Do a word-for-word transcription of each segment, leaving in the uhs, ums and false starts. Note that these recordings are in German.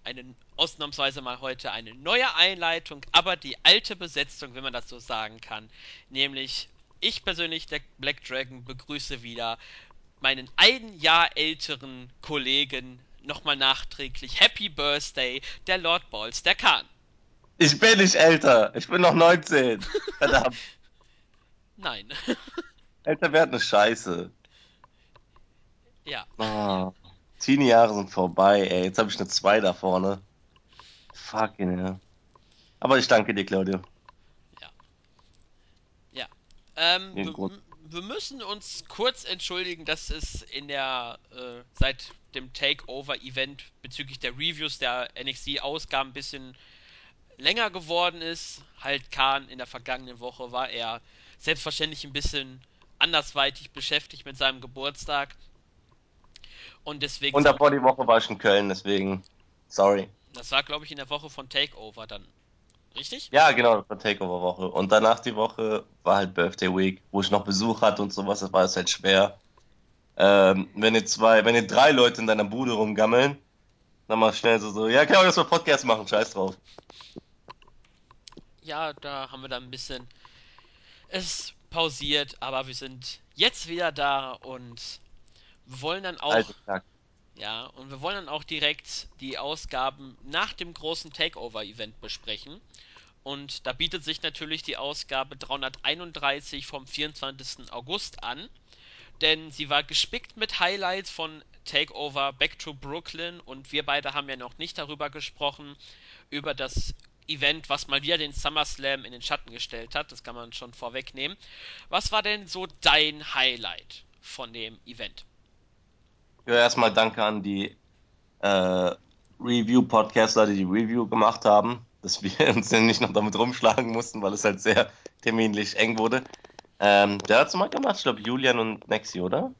eine, ausnahmsweise mal heute eine neue Einleitung, aber die alte Besetzung, wenn man das so sagen kann. Nämlich, ich persönlich, der Black Dragon, begrüße wieder meinen ein Jahr älteren Kollegen nochmal nachträglich. Happy Birthday, der Lord Balls, der Khan. Ich bin nicht älter. Ich bin noch neunzehn. Verdammt. Nein. Älter werden ist scheiße. Ja, Oh, Teenie-Jahre sind vorbei, ey. Jetzt habe ich eine zwei da vorne. Fucking hell. Aber ich danke dir, Claudio. ja, ja. Ähm, Ja, wir, gut. wir müssen uns kurz entschuldigen, dass es in der, äh, seit dem Takeover-Event bezüglich der Reviews der N X T-Ausgaben ein bisschen länger geworden ist. Halt Khan in der vergangenen Woche war er selbstverständlich ein bisschen andersweitig beschäftigt mit seinem Geburtstag und deswegen Und sind, davor die Woche war ich in Köln, deswegen. Sorry. das war glaube ich in der Woche von Takeover dann, richtig? Ja, genau, das war Takeover-Woche. Und danach die Woche war halt Birthday Week, wo ich noch Besuch hatte und sowas. Das war es halt schwer. Ähm, wenn ihr zwei, wenn ihr drei Leute in deiner Bude rumgammeln, dann mal schnell so, so, ja, können wir das mal Podcast machen, scheiß drauf. Ja, da haben wir dann ein bisschen es pausiert, aber wir sind jetzt wieder da und wir wollen dann auch, Alter Tag. ja, und wir wollen dann auch direkt die Ausgaben nach dem großen Takeover-Event besprechen. Und da bietet sich natürlich die Ausgabe dreihunderteinunddreißig vom vierundzwanzigsten August an, denn sie war gespickt mit Highlights von Takeover Back to Brooklyn und wir beide haben ja noch nicht darüber gesprochen, über das Event, was mal wieder den SummerSlam in den Schatten gestellt hat. Das kann man schon vorwegnehmen. Was war denn so dein Highlight von dem Event? Ja, erstmal danke an die äh, Review-Podcaster, die die Review gemacht haben, dass wir uns dann nicht noch damit rumschlagen mussten, weil es halt sehr terminlich eng wurde. Ähm, der hat's mal gemacht, ich glaube Julian und Nexi, oder?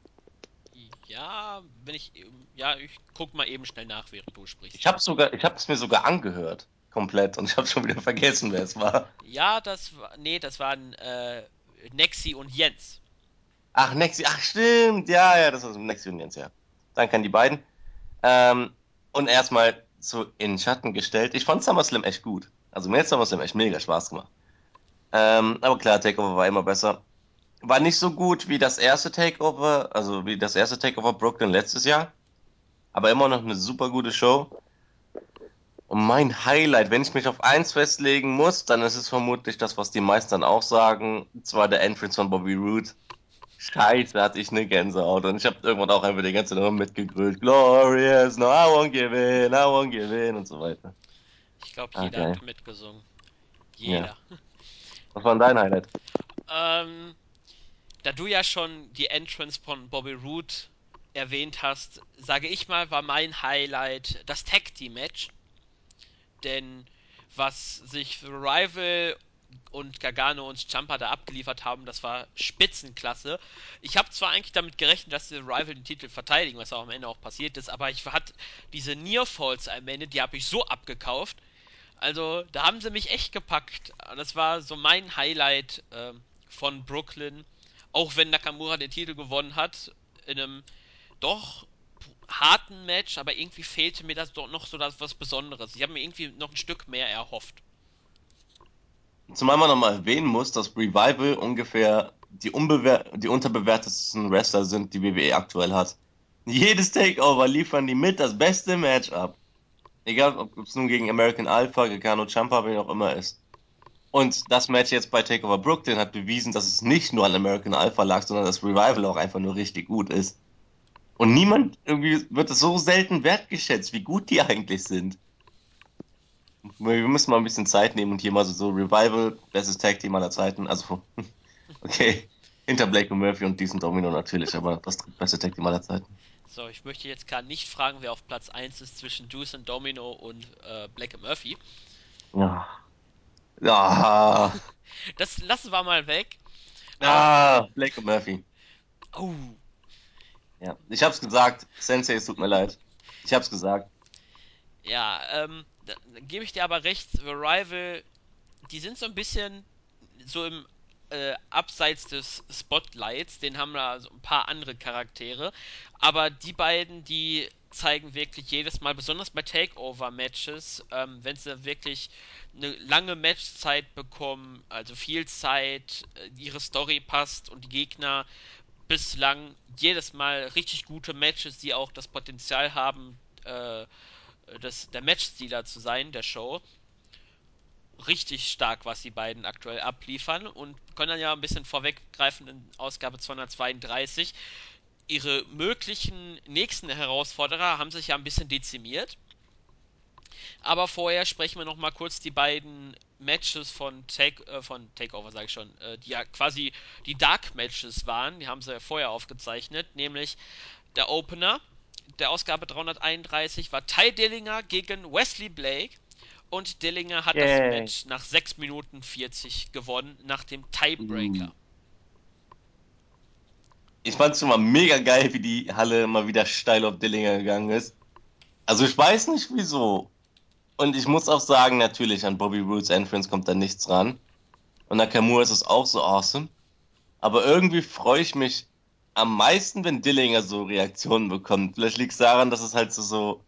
Ja, wenn ich. Ja, ich guck mal eben schnell nach, während du sprichst. Ich habe sogar, ich habe es mir sogar angehört, komplett, und ich habe schon wieder vergessen, wer es war. Ja, das war. Nee, das waren äh, Nexi und Jens. Ach, Nexi, ach stimmt, ja, ja, das ist Nexi und Jens, ja. Danke an die beiden. Ähm, und erstmal so in den Schatten gestellt. Ich fand SummerSlam echt gut. Also mir hat SummerSlam echt mega Spaß gemacht. Ähm, aber klar, Takeover war immer besser. War nicht so gut wie das erste Takeover, also wie das erste Takeover Brooklyn letztes Jahr, aber immer noch eine super gute Show. Und mein Highlight, wenn ich mich auf eins festlegen muss, dann ist es vermutlich das, was die meisten dann auch sagen, und zwar der Entrance von Bobby Roode. Scheiße, hatte ich eine Gänsehaut und ich habe irgendwann auch einfach die ganze Nummer mitgegrölt. Glorious, no, I won't give in, I won't give in und so weiter. Ich glaube, Ah, jeder geil. hat mitgesungen. Ja. Jeder. Was war denn dein Highlight? Ähm, da du ja schon die Entrance von Bobby Roode erwähnt hast, sage ich mal, war mein Highlight das Tag Team Match. Denn was sich Rival und Gargano und Ciampa da abgeliefert haben, das war Spitzenklasse. Ich habe zwar eigentlich damit gerechnet, dass die Rival den Titel verteidigen, was auch am Ende auch passiert ist, aber ich hatte diese Near Falls am Ende, die habe ich so abgekauft. Also, da haben sie mich echt gepackt. Das war so mein Highlight ähm, von Brooklyn. Auch wenn Nakamura den Titel gewonnen hat, in einem doch harten Match, aber irgendwie fehlte mir das doch noch so das was Besonderes. Ich habe mir irgendwie noch ein Stück mehr erhofft. Zumal man nochmal erwähnen muss, dass Revival ungefähr die, unbewer die unterbewertesten Wrestler sind, die W W E aktuell hat. Jedes Takeover liefern die mit das beste Match ab. Egal, ob es nun gegen American Alpha, Gargano Ciampa, wen auch immer ist. Und das Match jetzt bei Takeover Brooklyn hat bewiesen, dass es nicht nur an American Alpha lag, sondern dass Revival auch einfach nur richtig gut ist. Und niemand, irgendwie wird es so selten wertgeschätzt, wie gut die eigentlich sind. Wir müssen mal ein bisschen Zeit nehmen und hier mal so, so Revival, bestes Tag Team aller Zeiten. Also, okay, hinter Blake und Murphy und Decent Domino natürlich, aber das beste Tag Team aller Zeiten. So, ich möchte jetzt gerade nicht fragen, wer auf Platz eins ist zwischen Deuce und Domino und äh, Black and Murphy. Ja, ja, Das lassen wir mal weg. Aber, ja, Blake und Murphy. oh, Ja, ich hab's gesagt, Sensei, es tut mir leid. Ich hab's gesagt. ja, ähm, da, da gebe ich dir aber recht, The Rival, die sind so ein bisschen so im äh, abseits des Spotlights, den haben da so ein paar andere Charaktere, aber die beiden, die zeigen wirklich jedes Mal, besonders bei Takeover-Matches, ähm, wenn sie wirklich eine lange Matchzeit bekommen, also viel Zeit, äh, ihre Story passt und die Gegner bislang jedes Mal richtig gute Matches, die auch das Potenzial haben, äh, das, der Matchstealer zu sein, der Show. Richtig stark, was die beiden aktuell abliefern und können dann ja ein bisschen vorweggreifen in Ausgabe zweihundertzweiunddreißig. Ihre möglichen nächsten Herausforderer haben sich ja ein bisschen dezimiert. Aber vorher sprechen wir noch mal kurz die beiden Matches von Take äh, von Takeover, sage ich schon, äh, die ja quasi die Dark Matches waren. Die haben sie ja vorher aufgezeichnet, nämlich der Opener der Ausgabe dreihunderteinunddreißig war Ty Dillinger gegen Wesley Blake und Dillinger hat das Yay. Match nach sechs Minuten vierzig gewonnen, nach dem Mm. Tiebreaker. Ich fand es schon mal mega geil, wie die Halle mal wieder steil auf Dillinger gegangen ist. Also ich weiß nicht wieso. Und ich muss auch sagen, natürlich an Bobby Roods Entrance kommt da nichts ran. Und Nakamura ist es auch so awesome. Aber irgendwie freue ich mich am meisten, wenn Dillinger so Reaktionen bekommt. Vielleicht liegt es daran, dass es halt so, so,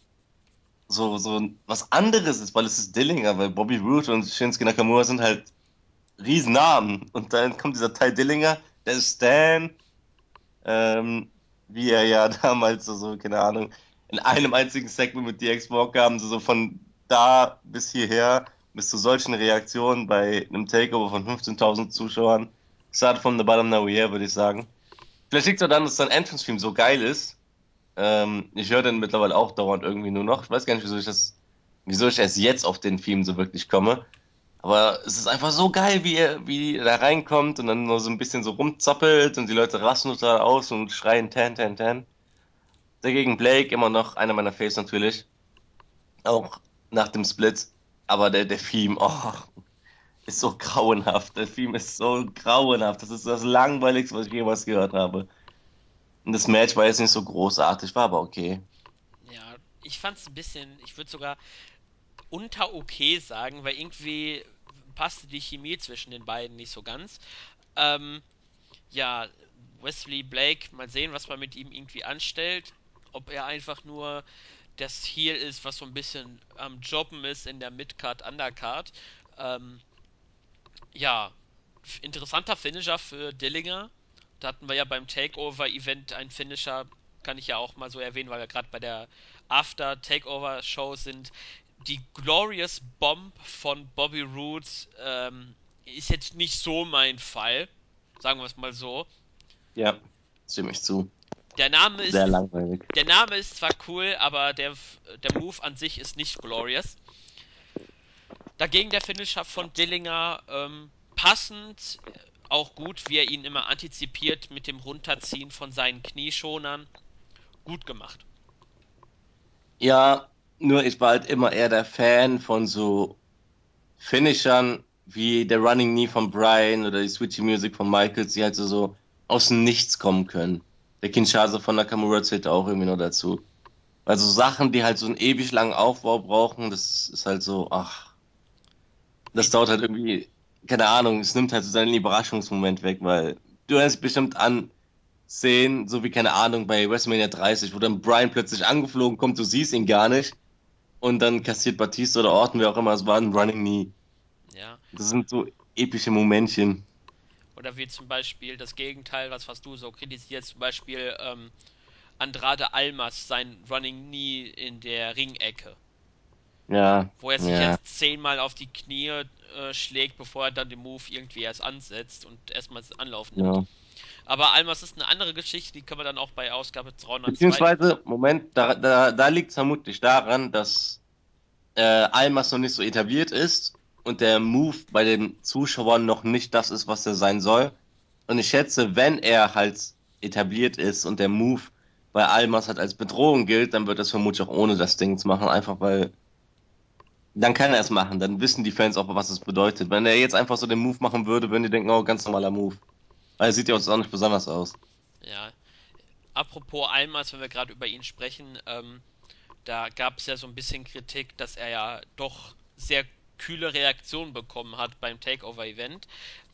so, so was anderes ist, weil es ist Dillinger, weil Bobby Roode und Shinsuke Nakamura sind halt Riesennamen. Und dann kommt dieser Ty Dillinger, der ist Stan, ähm, wie er ja damals so, so, keine Ahnung, in einem einzigen Segment mit D X Walk haben, so, so von da bis hierher, bis zu solchen Reaktionen bei einem Takeover von fünfzehntausend Zuschauern. Start from the bottom now we're here, würde ich sagen. Vielleicht liegt es auch daran, dass sein Entrance-Theme so geil ist. Ähm, ich höre den mittlerweile auch dauernd irgendwie nur noch. Ich weiß gar nicht, wieso ich das, wieso ich erst jetzt auf den Theme so wirklich komme. Aber es ist einfach so geil, wie er, wie er da reinkommt und dann nur so ein bisschen so rumzappelt und die Leute rasten total aus und schreien ten, ten, ten. Dagegen Blake immer noch einer meiner Faves natürlich. Auch nach dem Split. Aber der, der Theme, oh, ist so grauenhaft. Der Theme ist so grauenhaft. Das ist das Langweiligste, was ich jemals gehört habe. Und das Match war jetzt nicht so großartig, war aber okay. Ja, ich fand es ein bisschen, ich würde sogar unter okay sagen, weil irgendwie passte die Chemie zwischen den beiden nicht so ganz. Ähm, ja, Wesley Blake, mal sehen, was man mit ihm irgendwie anstellt. Ob er einfach nur das Heel ist, was so ein bisschen am Jobben ist in der Midcard, Undercard. Ähm, ja, interessanter Finisher für Dillinger. Da hatten wir ja beim Takeover-Event einen Finisher, kann ich ja auch mal so erwähnen, weil wir gerade bei der After-Takeover-Show sind. Die Glorious Bomb von Bobby Roode ähm, ist jetzt nicht so mein Fall, sagen wir es mal so. Ja, stimme ich zu. Der Name Sehr ist, langweilig. der Name ist zwar cool, aber der, der Move an sich ist nicht glorious. Dagegen der Finisher von Dillinger ähm, passend, auch gut, wie er ihn immer antizipiert mit dem Runterziehen von seinen Knieschonern. Gut gemacht. Ja, nur ich war halt immer eher der Fan von so Finishern wie der Running Knee von Brian oder die Switchy Music von Michaels, die halt so, so aus dem Nichts kommen können. Der Kinshasa von Nakamura zählt auch irgendwie noch dazu. Also Sachen, die halt so einen ewig langen Aufbau brauchen, das ist halt so, ach, das Wie, dauert halt irgendwie, keine Ahnung, es nimmt halt so seinen Überraschungsmoment weg, weil du erinnerst dich bestimmt an Szenen, so wie, keine Ahnung, bei WrestleMania dreißig, wo dann Brian plötzlich angeflogen kommt, du siehst ihn gar nicht und dann kassiert Batista oder Orton, wer auch immer, es war ein Running Knee. ja. Das sind so epische Momentchen. Oder wie zum Beispiel das Gegenteil, was, was du so kritisierst, zum Beispiel ähm, Andrade Almas, sein Running Knee in der Ringecke. Ja, Wo er sich ja, jetzt zehnmal auf die Knie äh, schlägt, bevor er dann den Move irgendwie erst ansetzt und erstmal Anlauf nimmt. ja. Aber Almas ist eine andere Geschichte, die können wir dann auch bei Ausgabe dreihundertzwei. Beziehungsweise, Moment, da, da, da liegt es vermutlich daran, dass äh, Almas noch nicht so etabliert ist und der Move bei den Zuschauern noch nicht das ist, was er sein soll. Und ich schätze, wenn er halt etabliert ist und der Move bei Almas halt als Bedrohung gilt, dann wird er es vermutlich auch ohne das Ding zu machen, einfach weil dann kann er es machen, dann wissen die Fans auch, was es bedeutet. Wenn er jetzt einfach so den Move machen würde, würden die denken, oh, ganz normaler Move. Weil er sieht ja auch nicht besonders aus. Ja, apropos Almas, wenn wir gerade über ihn sprechen, ähm, da gab es ja so ein bisschen Kritik, dass er ja doch sehr kühle Reaktionen bekommen hat beim Takeover-Event.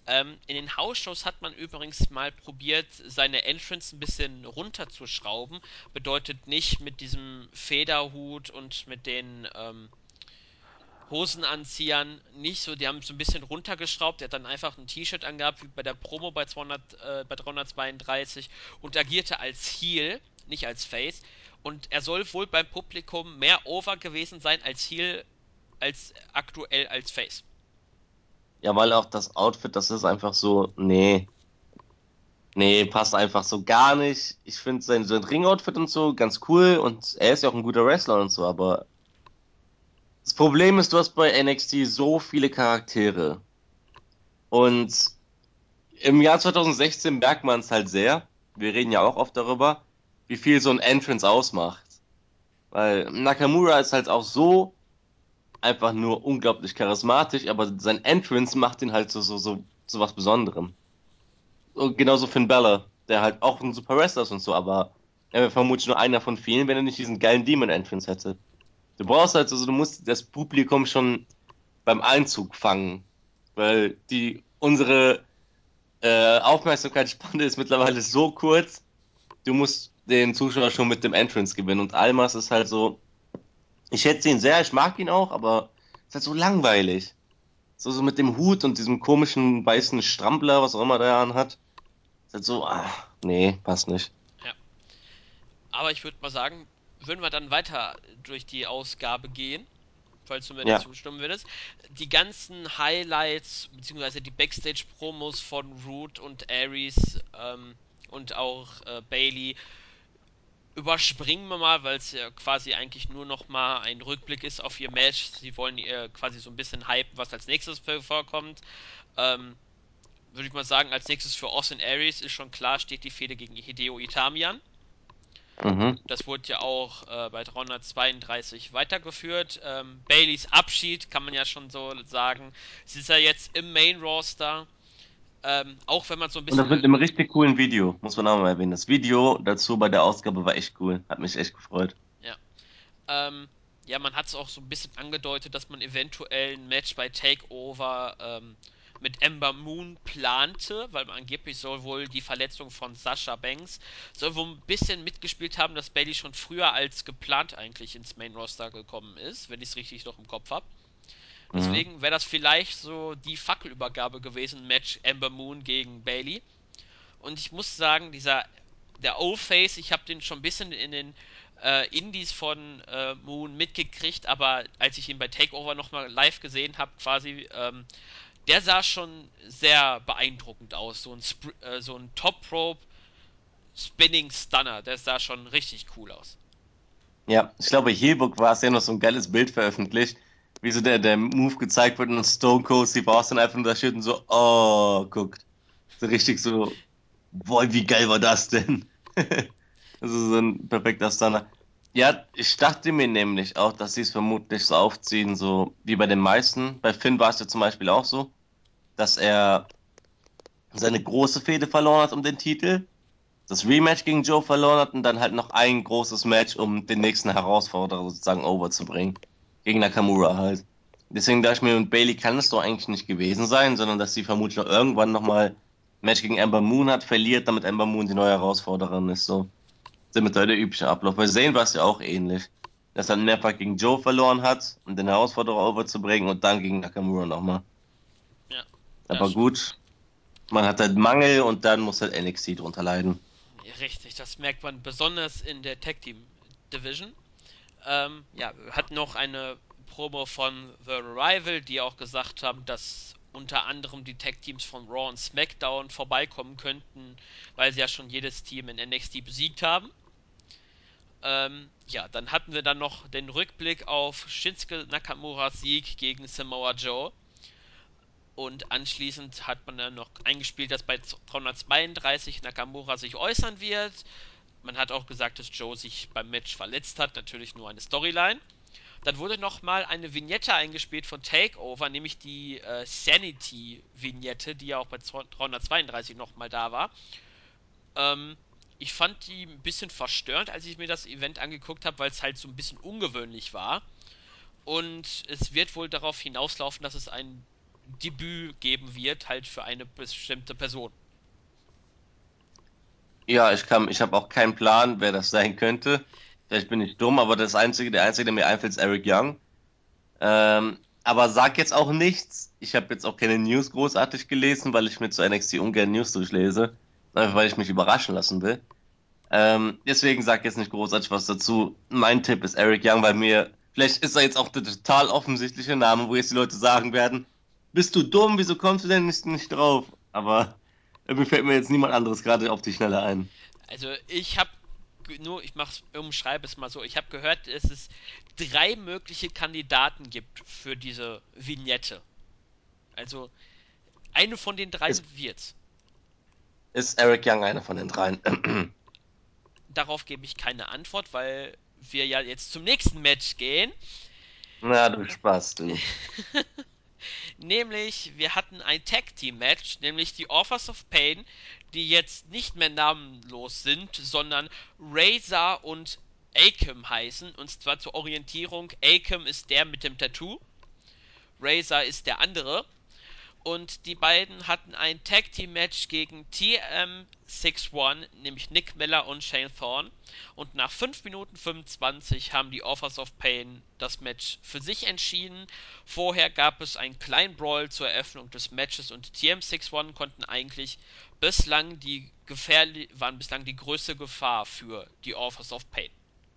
Ähm, in den House-Shows hat man übrigens mal probiert, seine Entrance ein bisschen runterzuschrauben. Bedeutet nicht mit diesem Federhut und mit den ähm, Hosenanziehern nicht so. Die haben so ein bisschen runtergeschraubt. Er hat dann einfach ein T-Shirt angehabt, wie bei der Promo bei, zweihundert, äh, bei dreihundertzweiunddreißig und agierte als Heel, nicht als Face. Und er soll wohl beim Publikum mehr over gewesen sein als Heel, als aktuell als Face. Ja, weil auch das Outfit, das ist einfach so, nee, nee, passt einfach so gar nicht. Ich finde sein, sein Ring-Outfit und so ganz cool und er ist ja auch ein guter Wrestler und so, aber das Problem ist, du hast bei N X T so viele Charaktere und im Jahr zwanzig sechzehn merkt man es halt sehr. Wir reden ja auch oft darüber, wie viel so ein Entrance ausmacht. Weil Nakamura ist halt auch so einfach nur unglaublich charismatisch, aber sein Entrance macht ihn halt so, so, so, so was Besonderem. Und genauso Finn Balor, der halt auch ein super Wrestler ist und so, aber er wäre vermutlich nur einer von vielen, wenn er nicht diesen geilen Demon Entrance hätte. Du brauchst halt, also du musst das Publikum schon beim Einzug fangen, weil die, unsere äh, Aufmerksamkeitsspanne ist mittlerweile so kurz, du musst den Zuschauer schon mit dem Entrance gewinnen. Und Almas ist halt so, ich schätze ihn sehr, ich mag ihn auch, aber ist halt so langweilig. So, so mit dem Hut und diesem komischen weißen Strampler, was auch immer der anhat. Ist halt so, ah, nee, passt nicht. Ja. Aber ich würde mal sagen, würden wir dann weiter durch die Ausgabe gehen, falls du mir Ja. dazu stimmen würdest. Die ganzen Highlights, beziehungsweise die Backstage-Promos von Root und Aries ähm, und auch äh, Bailey überspringen wir mal, weil es ja quasi eigentlich nur noch mal ein Rückblick ist auf ihr Match. Sie wollen ihr quasi so ein bisschen hypen, was als nächstes vorkommt. Ähm, Würde ich mal sagen, als nächstes für Austin Aries ist schon klar, steht die Fehde gegen Hideo Itami an. Mhm. Das wurde ja auch äh, bei dreihundertzweiunddreißig weitergeführt. Ähm, Baileys Abschied kann man ja schon so sagen. Sie ist ja jetzt im Main Roster. Ähm, auch wenn man so ein Und das mit bisschen, einem richtig coolen Video, muss man auch mal erwähnen. Das Video dazu bei der Ausgabe war echt cool. Hat mich echt gefreut. ja, ähm, ja, man hat es auch so ein bisschen angedeutet, dass man eventuell ein Match bei Takeover ähm, mit Ember Moon plante, weil man angeblich soll wohl die Verletzung von Sasha Banks soll wohl ein bisschen mitgespielt haben, dass Bailey schon früher als geplant eigentlich ins Main Roster gekommen ist, wenn ich es richtig noch im Kopf habe. Mhm. Deswegen wäre das vielleicht so die Fackelübergabe gewesen, Match Ember Moon gegen Bailey. Und ich muss sagen, dieser der O-Face, ich habe den schon ein bisschen in den äh, Indies von äh, Moon mitgekriegt, aber als ich ihn bei Takeover nochmal live gesehen habe, quasi, ähm, der sah schon sehr beeindruckend aus. So ein, Sp äh, so ein Top Rope Spinning Stunner, der sah schon richtig cool aus. Ja, ich glaube, Heelbook war es ja noch so ein geiles Bild veröffentlicht, wie so der, der Move gezeigt wird und Stone Cold Steve Austin einfach nur da steht und so, oh, guckt. So richtig so, boah, wie geil war das denn? Das ist so ein perfekter Stunner. Ja, ich dachte mir nämlich auch, dass sie es vermutlich so aufziehen, so wie bei den meisten. Bei Finn war es ja zum Beispiel auch so, dass er seine große Fehde verloren hat um den Titel, das Rematch gegen Joe verloren hat und dann halt noch ein großes Match, um den nächsten Herausforderer sozusagen overzubringen. Gegen Nakamura halt. Deswegen dachte ich mir, mit Bailey kann es doch eigentlich nicht gewesen sein, sondern dass sie vermutlich noch irgendwann nochmal ein Match gegen Ember Moon hat, verliert, damit Ember Moon die neue Herausforderin ist. So. Damit der übliche Ablauf. Bei Zayn war es ja auch ähnlich. Dass er Nappa gegen Joe verloren hat, um den Herausforderer overzubringen und dann gegen Nakamura nochmal. Ja, das Aber stimmt. gut, man hat halt Mangel und dann muss halt N X T drunter leiden. Richtig, das merkt man besonders in der Tag Team Division. Ähm, ja, wir hatten noch eine Promo von The Arrival, die auch gesagt haben, dass unter anderem die Tag-Teams von Raw und SmackDown vorbeikommen könnten, weil sie ja schon jedes Team in N X T besiegt haben. Ähm, ja, dann hatten wir dann noch den Rückblick auf Shinsuke Nakamuras Sieg gegen Samoa Joe. Und anschließend hat man dann noch eingespielt, dass bei dreihundertzweiunddreißig Nakamura sich äußern wird. Man hat auch gesagt, dass Joe sich beim Match verletzt hat, natürlich nur eine Storyline. Dann wurde nochmal eine Vignette eingespielt von Takeover, nämlich die äh, Sanity-Vignette, die ja auch bei dreihundertzweiunddreißig nochmal da war. Ähm, Ich fand die ein bisschen verstörend, als ich mir das Event angeguckt habe, weil es halt so ein bisschen ungewöhnlich war. Und es wird wohl darauf hinauslaufen, dass es ein Debüt geben wird, halt für eine bestimmte Person. Ja, ich kann, ich habe auch keinen Plan, wer das sein könnte. Vielleicht bin ich dumm, aber das einzige, der einzige, der mir einfällt, ist Eric Young. Ähm, aber sag jetzt auch nichts. Ich habe jetzt auch keine News großartig gelesen, weil ich mir zu N X T ungern News durchlese. Einfach weil ich mich überraschen lassen will. Ähm, deswegen sag jetzt nicht großartig was dazu. Mein Tipp ist Eric Young, weil mir, vielleicht ist er jetzt auch der total offensichtliche Name, wo jetzt die Leute sagen werden, bist du dumm, wieso kommst du denn nicht, nicht drauf? Aber irgendwie fällt mir jetzt niemand anderes gerade auf die Schnelle ein. Also ich habe nur, ich mach's, umschreibe es mal so, ich habe gehört, dass es drei mögliche Kandidaten gibt für diese Vignette. Also eine von den dreien Ist, wird's. ist Eric Young einer von den dreien? Darauf gebe ich keine Antwort, weil wir ja jetzt zum nächsten Match gehen. Na, du Spaß, du. Nämlich, wir hatten ein Tag Team Match, nämlich die Authors of Pain, die jetzt nicht mehr namenlos sind, sondern Razor und Akam heißen. Und zwar zur Orientierung: Akam ist der mit dem Tattoo, Razor ist der andere. Und die beiden hatten ein Tag Team Match gegen T M einundsechzig, nämlich Nick Miller und Shane Thorne. Und nach fünf Minuten fünfundzwanzig haben die Authors of Pain das Match für sich entschieden. Vorher gab es einen kleinen Brawl zur Eröffnung des Matches und T M einundsechzig konnten eigentlich bislang die gefährlich waren bislang die größte Gefahr für die Authors of Pain.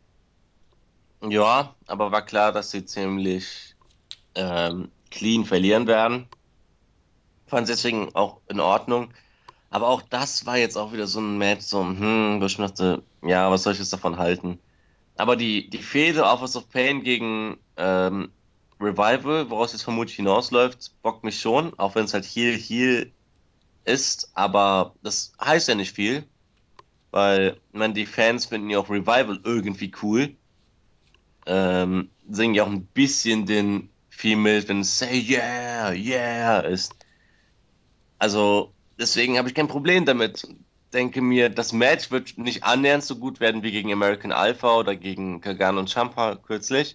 Ja, aber war klar, dass sie ziemlich ähm, clean verlieren werden. Fand es deswegen auch in Ordnung. Aber auch das war jetzt auch wieder so ein Match, so, hm, wo ich mir dachte, ja, was soll ich jetzt davon halten? Aber die, die Fehde Authors of Pain gegen ähm, Revival, woraus jetzt vermutlich hinausläuft, bockt mich schon, auch wenn es halt Heel Heel ist, aber das heißt ja nicht viel, weil, ich meine, die Fans finden ja auch Revival irgendwie cool, ähm, singen ja auch ein bisschen den viel mit, wenn es Say Yeah, Yeah ist. Also, deswegen habe ich kein Problem damit. Denke mir, das Match wird nicht annähernd so gut werden wie gegen American Alpha oder gegen Kagan und Ciampa kürzlich.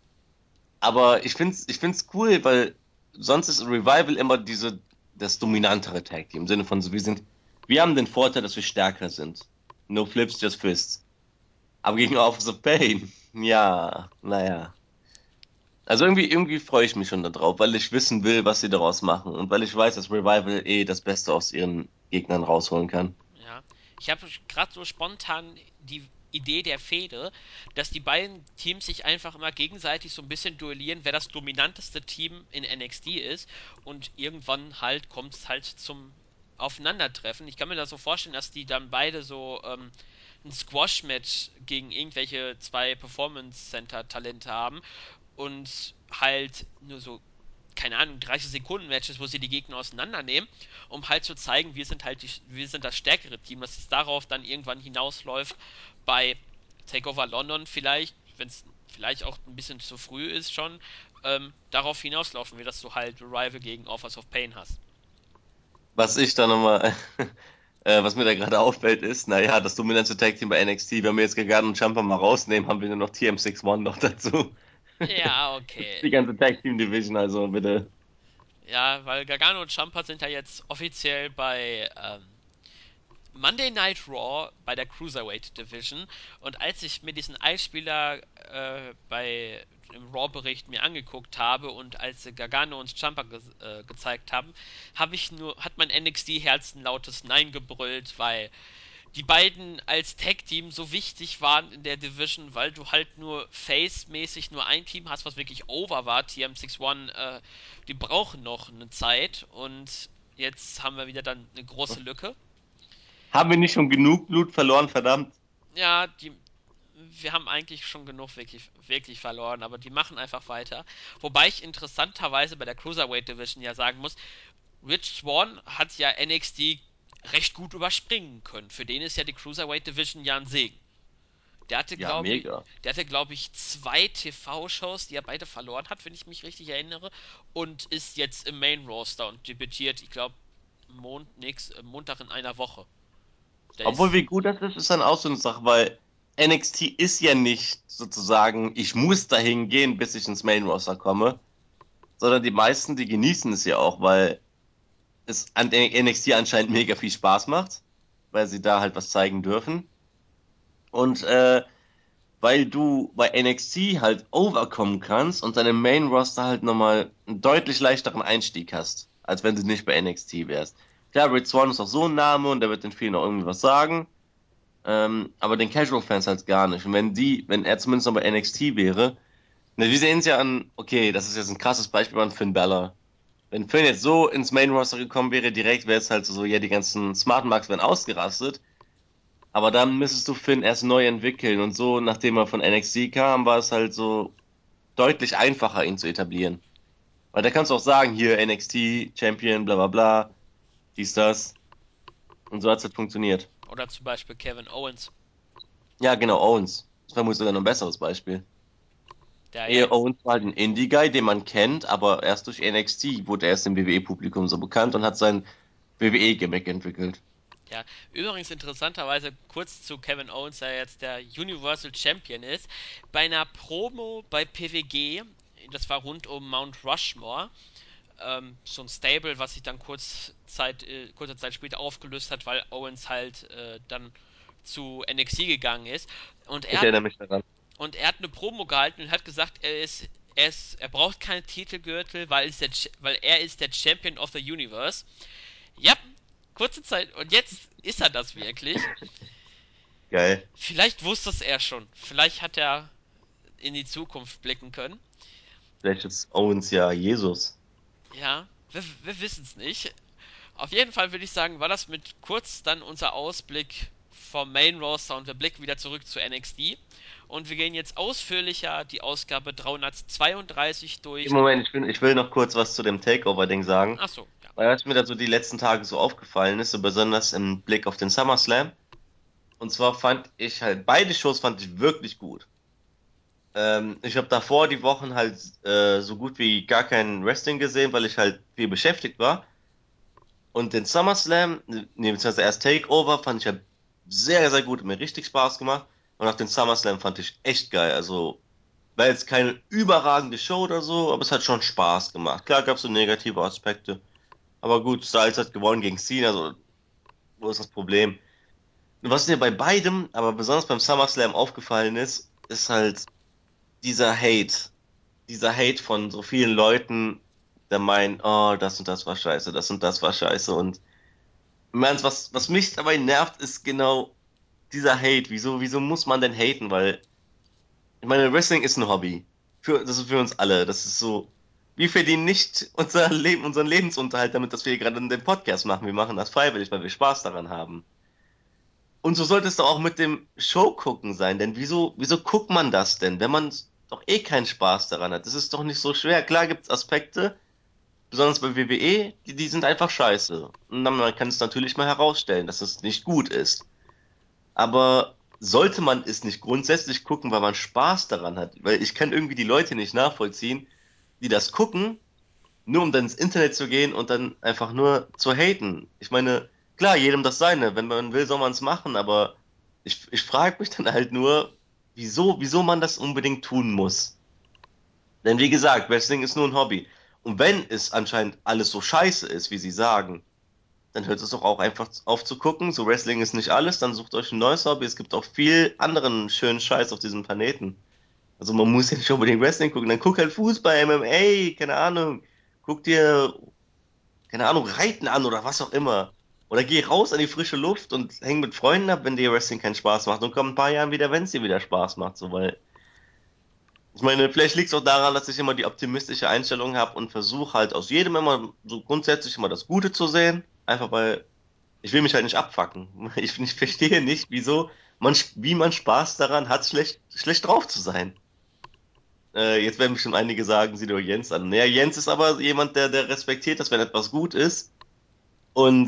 Aber ich find's, ich find's cool, weil sonst ist Revival immer diese, das dominantere Tag Team. Im Sinne von, so, wir sind, wir haben den Vorteil, dass wir stärker sind. No flips, just fists. Aber gegen Authors of Pain, ja, naja. Also irgendwie, irgendwie freue ich mich schon darauf, weil ich wissen will, was sie daraus machen. Und weil ich weiß, dass Revival eh das Beste aus ihren Gegnern rausholen kann. Ja, ich habe gerade so spontan die Idee der Fehde, dass die beiden Teams sich einfach immer gegenseitig so ein bisschen duellieren, wer das dominanteste Team in N X T ist und irgendwann halt kommt es halt zum Aufeinandertreffen. Ich kann mir das so vorstellen, dass die dann beide so ähm, ein Squash-Match gegen irgendwelche zwei Performance-Center-Talente haben und halt nur so, keine Ahnung, dreißig Sekunden Matches, wo sie die Gegner auseinandernehmen, um halt zu zeigen, wir sind halt die, wir sind das stärkere Team, dass es darauf dann irgendwann hinausläuft bei Takeover London vielleicht, wenn es vielleicht auch ein bisschen zu früh ist schon, ähm, darauf hinauslaufen wir, dass du halt Rival gegen Authors of Pain hast. Was ich da nochmal, äh, was mir da gerade auffällt, ist, naja, das dominante Tag Team bei N X T, wenn wir jetzt Gargano und Ciampa mal rausnehmen, haben wir nur noch T M einundsechzig noch dazu. Ja, okay. Die ganze Tag Team Division, also bitte. Ja, weil Gargano und Ciampa sind ja jetzt offiziell bei ähm, Monday Night Raw bei der Cruiserweight Division. Und als ich mir diesen Einspieler äh, bei im Raw-Bericht mir angeguckt habe und als sie Gargano und Ciampa ge äh, gezeigt haben, habe ich nur, hat mein N X T-Herz ein lautes Nein gebrüllt, weil die beiden als Tag-Team so wichtig waren in der Division, weil du halt nur Face-mäßig nur ein Team hast, was wirklich over war. T M einundsechzig, äh, die brauchen noch eine Zeit und jetzt haben wir wieder dann eine große Lücke. Haben wir nicht schon genug Blut verloren, verdammt? Ja, die, wir haben eigentlich schon genug wirklich, wirklich verloren, aber die machen einfach weiter. Wobei ich interessanterweise bei der Cruiserweight Division ja sagen muss, Rich Swann hat ja N X T recht gut überspringen können. Für den ist ja die Cruiserweight Division ja ein Segen. Der hatte, Ja, glaube ich, mega. der hatte, glaube ich, zwei T V-Shows, die er beide verloren hat, wenn ich mich richtig erinnere, und ist jetzt im Main Roster und debütiert, ich glaube, Mond, Montag in einer Woche. Der Obwohl, ist wie gut das ist, ist dann auch so eine Sache, weil N X T ist ja nicht sozusagen, ich muss dahin gehen, bis ich ins Main Roster komme. sondern die meisten, die genießen es ja auch, weil es an N X T anscheinend mega viel Spaß macht, weil sie da halt was zeigen dürfen. Und äh, weil du bei N X T halt overkommen kannst und deinem Main Roster halt nochmal einen deutlich leichteren Einstieg hast, als wenn du nicht bei N X T wärst. Klar, Rich Swann ist auch so ein Name und der wird den vielen auch irgendwie was sagen, ähm, aber den Casual-Fans halt gar nicht. Und wenn die, wenn er zumindest noch bei N X T wäre, na, wir sehen es ja an, okay, das ist jetzt ein krasses Beispiel an Finn Balor. Wenn Finn jetzt so ins Main Roster gekommen wäre, direkt wäre es halt so, ja, die ganzen Smart Marks wären ausgerastet. Aber dann müsstest du Finn erst neu entwickeln und so, nachdem er von N X T kam, war es halt so deutlich einfacher, ihn zu etablieren. Weil da kannst du auch sagen, hier N X T, Champion, bla bla bla, dies, das. Und so hat es halt funktioniert. Oder zum Beispiel Kevin Owens, Ja, genau, Owens. Das war wohl sogar noch ein besseres Beispiel. der ja, Ehe Owens war halt ein Indie-Guy, den man kennt, aber erst durch N X T wurde er erst im W W E-Publikum so bekannt und hat sein W W E-Gimmick entwickelt. ja, übrigens interessanterweise kurz zu Kevin Owens, der jetzt der Universal Champion ist. Bei einer Promo bei P W G, das war rund um Mount Rushmore, ähm, so ein Stable, was sich dann kurz Zeit, äh, kurze Zeit später aufgelöst hat, weil Owens halt äh, dann zu N X T gegangen ist. Und er Ich hat, erinnere mich daran. und er hat eine Promo gehalten und hat gesagt, er ist, er ist, er braucht keinen Titelgürtel, weil, ist der, weil er ist der Champion of the Universe. Ja, kurze Zeit. Und jetzt ist er das wirklich. Geil. Vielleicht wusste es er schon. Vielleicht hat er in die Zukunft blicken können. Vielleicht ist Owens ja Jesus. Ja, wir, wir wissen es nicht. Auf jeden Fall würde ich sagen, war das mit kurz dann unser Ausblick vom Main Roster und wir blicken wieder zurück zu N X T. Und wir gehen jetzt ausführlicher die Ausgabe dreihundertzweiunddreißig Im durch. Moment, ich will, ich will noch kurz was zu dem Takeover-Ding sagen. Achso, ja. Weil was mir da so die letzten Tage so aufgefallen ist, so besonders im Blick auf den SummerSlam. Und zwar fand ich halt, beide Shows fand ich wirklich gut. Ähm, ich habe davor die Wochen halt äh, so gut wie gar kein Wrestling gesehen, weil ich halt viel beschäftigt war. Und den SummerSlam, ne, beziehungsweise erst Takeover, fand ich halt sehr, sehr gut. Hat mir richtig Spaß gemacht. Und auch den SummerSlam fand ich echt geil. Also, war jetzt keine überragende Show oder so, aber es hat schon Spaß gemacht. Klar gab es so negative Aspekte. Aber gut, Styles hat gewonnen gegen Cena, also wo ist das Problem? Und was mir bei beidem, aber besonders beim SummerSlam aufgefallen ist, ist halt dieser Hate. Dieser Hate von so vielen Leuten, der meinen, oh, das und das war scheiße, das und das war scheiße. Und im Ernst, was, was mich dabei nervt, ist genau dieser Hate. Wieso, wieso muss man denn haten? Weil, ich meine, Wrestling ist ein Hobby. Für, das ist für uns alle. Das ist so, wir verdienen nicht unser Leben, unseren Lebensunterhalt damit, dass wir hier gerade den Podcast machen. Wir machen das freiwillig, weil wir Spaß daran haben. Und so sollte es doch auch mit dem Show-Gucken sein, denn wieso, wieso guckt man das denn, wenn man doch eh keinen Spaß daran hat? Das ist doch nicht so schwer. Klar gibt es Aspekte, besonders bei W W E, die, die sind einfach scheiße. Und dann, man kann es natürlich mal herausstellen, dass es nicht gut ist. Aber sollte man es nicht grundsätzlich gucken, weil man Spaß daran hat? Weil ich kann irgendwie die Leute nicht nachvollziehen, die das gucken, nur um dann ins Internet zu gehen und dann einfach nur zu haten. Ich meine, klar, jedem das seine. Wenn man will, soll man es machen, aber ich, ich frage mich dann halt nur, wieso, wieso man das unbedingt tun muss. Denn wie gesagt, Wrestling ist nur ein Hobby. Und wenn es anscheinend alles so scheiße ist, wie sie sagen, dann hört es doch auch einfach auf zu gucken. So, Wrestling ist nicht alles, dann sucht euch ein neues Hobby. Es gibt auch viel anderen schönen Scheiß auf diesem Planeten. Also man muss ja nicht unbedingt Wrestling gucken, dann guck halt Fußball, M M A, keine Ahnung. Guck dir keine Ahnung, Reiten an oder was auch immer. Oder geh raus an die frische Luft und häng mit Freunden ab, wenn dir Wrestling keinen Spaß macht und komm ein paar Jahren wieder, wenn es dir wieder Spaß macht. So, weil, ich meine, vielleicht liegt es auch daran, dass ich immer die optimistische Einstellung habe und versuche halt aus jedem immer so grundsätzlich immer das Gute zu sehen. Einfach weil ich will mich halt nicht abfacken. Ich, ich verstehe nicht, wieso man, wie man Spaß daran hat, schlecht, schlecht drauf zu sein. Äh, jetzt werden bestimmt einige sagen, sieh dir Jens an. Naja, Jens ist aber jemand, der, der respektiert, dass wenn etwas gut ist und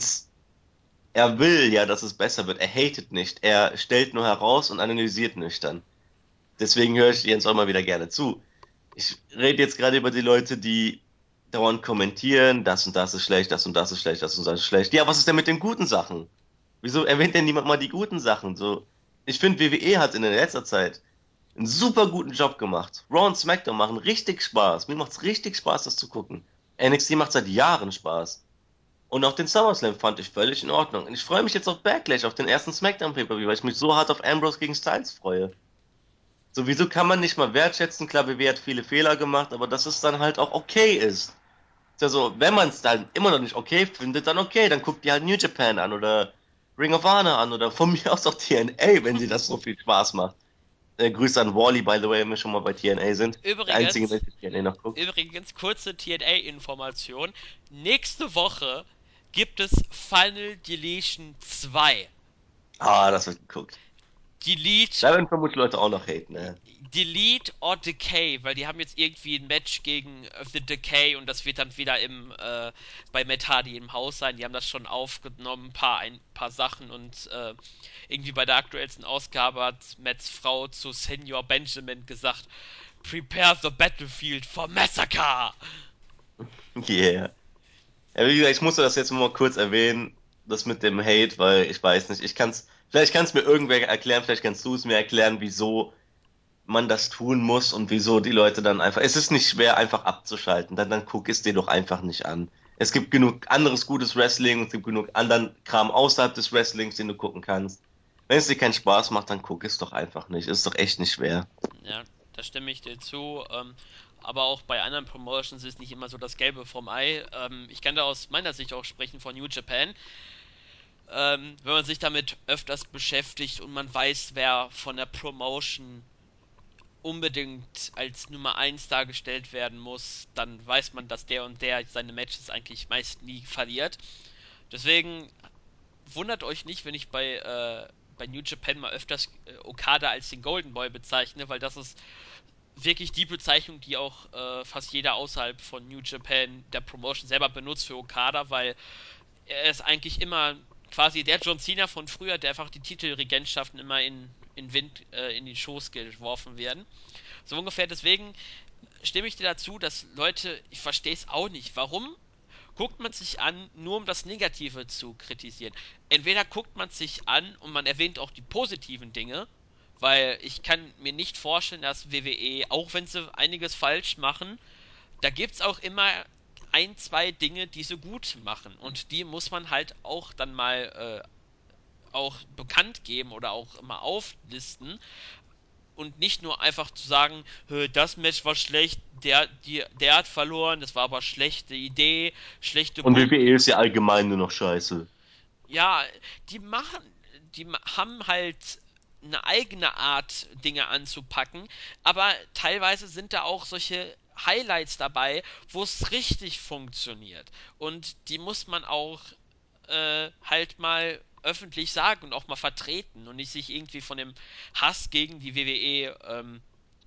er will ja, dass es besser wird. Er hatet nicht. Er stellt nur heraus und analysiert nüchtern. Deswegen höre ich Jens auch mal wieder gerne zu. Ich rede jetzt gerade über die Leute, die dauernd kommentieren, das und das ist schlecht, das und das ist schlecht, das und das ist schlecht. Ja, was ist denn mit den guten Sachen? Wieso erwähnt denn niemand mal die guten Sachen? So, ich finde, W W E hat in der letzter Zeit einen super guten Job gemacht. Raw und SmackDown machen richtig Spaß. Mir macht's richtig Spaß, das zu gucken. N X T macht seit Jahren Spaß. Und auch den SummerSlam fand ich völlig in Ordnung. Und ich freue mich jetzt auf Backlash, auf den ersten SmackDown Pay-Per-View, weil ich mich so hart auf Ambrose gegen Styles freue. Sowieso kann man nicht mal wertschätzen. Klar, W W E hat viele Fehler gemacht, aber dass es dann halt auch okay ist. Ist ja so, wenn man es dann immer noch nicht okay findet, dann okay, dann guckt ihr halt New Japan an oder Ring of Honor an oder von mir aus auch T N A, wenn sie das so viel Spaß macht. Äh, Grüße an Wally, by the way, wenn wir schon mal bei T N A sind. Der einzige Übrigens, Mensch, der T N A noch guckt. übrigens, kurze T N A-Information. Nächste Woche gibt es Final Deletion zwei. Ah, das wird geguckt. Delete Da werden vermutlich Leute auch noch haten, ne? Delete or Decay, weil die haben jetzt irgendwie ein Match gegen äh, The Decay und das wird dann wieder im äh, bei Matt Hardy im Haus sein. Die haben das schon aufgenommen, ein paar, ein paar Sachen und äh, irgendwie bei der aktuellsten Ausgabe hat Matts Frau zu Senior Benjamin gesagt: Prepare the battlefield for massacre! Yeah. Ja, wie gesagt, ich musste das jetzt mal kurz erwähnen, das mit dem Hate, weil ich weiß nicht, ich kann's, vielleicht kann es mir irgendwer erklären, vielleicht kannst du es mir erklären, wieso man das tun muss und wieso die Leute dann einfach. Es ist nicht schwer, einfach abzuschalten. Dann, dann guck es dir doch einfach nicht an. Es gibt genug anderes gutes Wrestling und es gibt genug anderen Kram außerhalb des Wrestlings, den du gucken kannst. Wenn es dir keinen Spaß macht, dann guck es doch einfach nicht. Ist doch echt nicht schwer. Ja, da stimme ich dir zu. Ähm, aber auch bei anderen Promotions ist nicht immer so das Gelbe vom Ei. Ähm, ich kann da aus meiner Sicht auch sprechen von New Japan. Ähm, wenn man sich damit öfters beschäftigt und man weiß, wer von der Promotion unbedingt als Nummer eins dargestellt werden muss, dann weiß man, dass der und der seine Matches eigentlich meist nie verliert. Deswegen wundert euch nicht, wenn ich bei, äh, bei New Japan mal öfters äh, Okada als den Golden Boy bezeichne, weil das ist wirklich die Bezeichnung, die auch äh, fast jeder außerhalb von New Japan der Promotion selber benutzt für Okada, weil er ist eigentlich immer quasi der John Cena von früher, der einfach die Titelregentschaften immer in, in Wind, äh, in die Schoß geworfen werden. So ungefähr deswegen stimme ich dir dazu, dass Leute, ich verstehe es auch nicht, warum guckt man sich an, nur um das Negative zu kritisieren. Entweder guckt man sich an und man erwähnt auch die positiven Dinge, weil ich kann mir nicht vorstellen, dass W W E, auch wenn sie einiges falsch machen, da gibt es auch immer ein, zwei Dinge, die sie gut machen. Und die muss man halt auch dann mal äh, auch bekannt geben oder auch immer auflisten. Und nicht nur einfach zu sagen, das Match war schlecht, der, die, der hat verloren, das war aber schlechte Idee, schlechte Und W W E Booking. ist ja allgemein nur noch scheiße. Ja, die machen, die haben halt eine eigene Art, Dinge anzupacken, aber teilweise sind da auch solche Highlights dabei, wo es richtig funktioniert. Und die muss man auch äh, halt mal öffentlich sagen und auch mal vertreten und nicht sich irgendwie von dem Hass gegen die W W E ähm,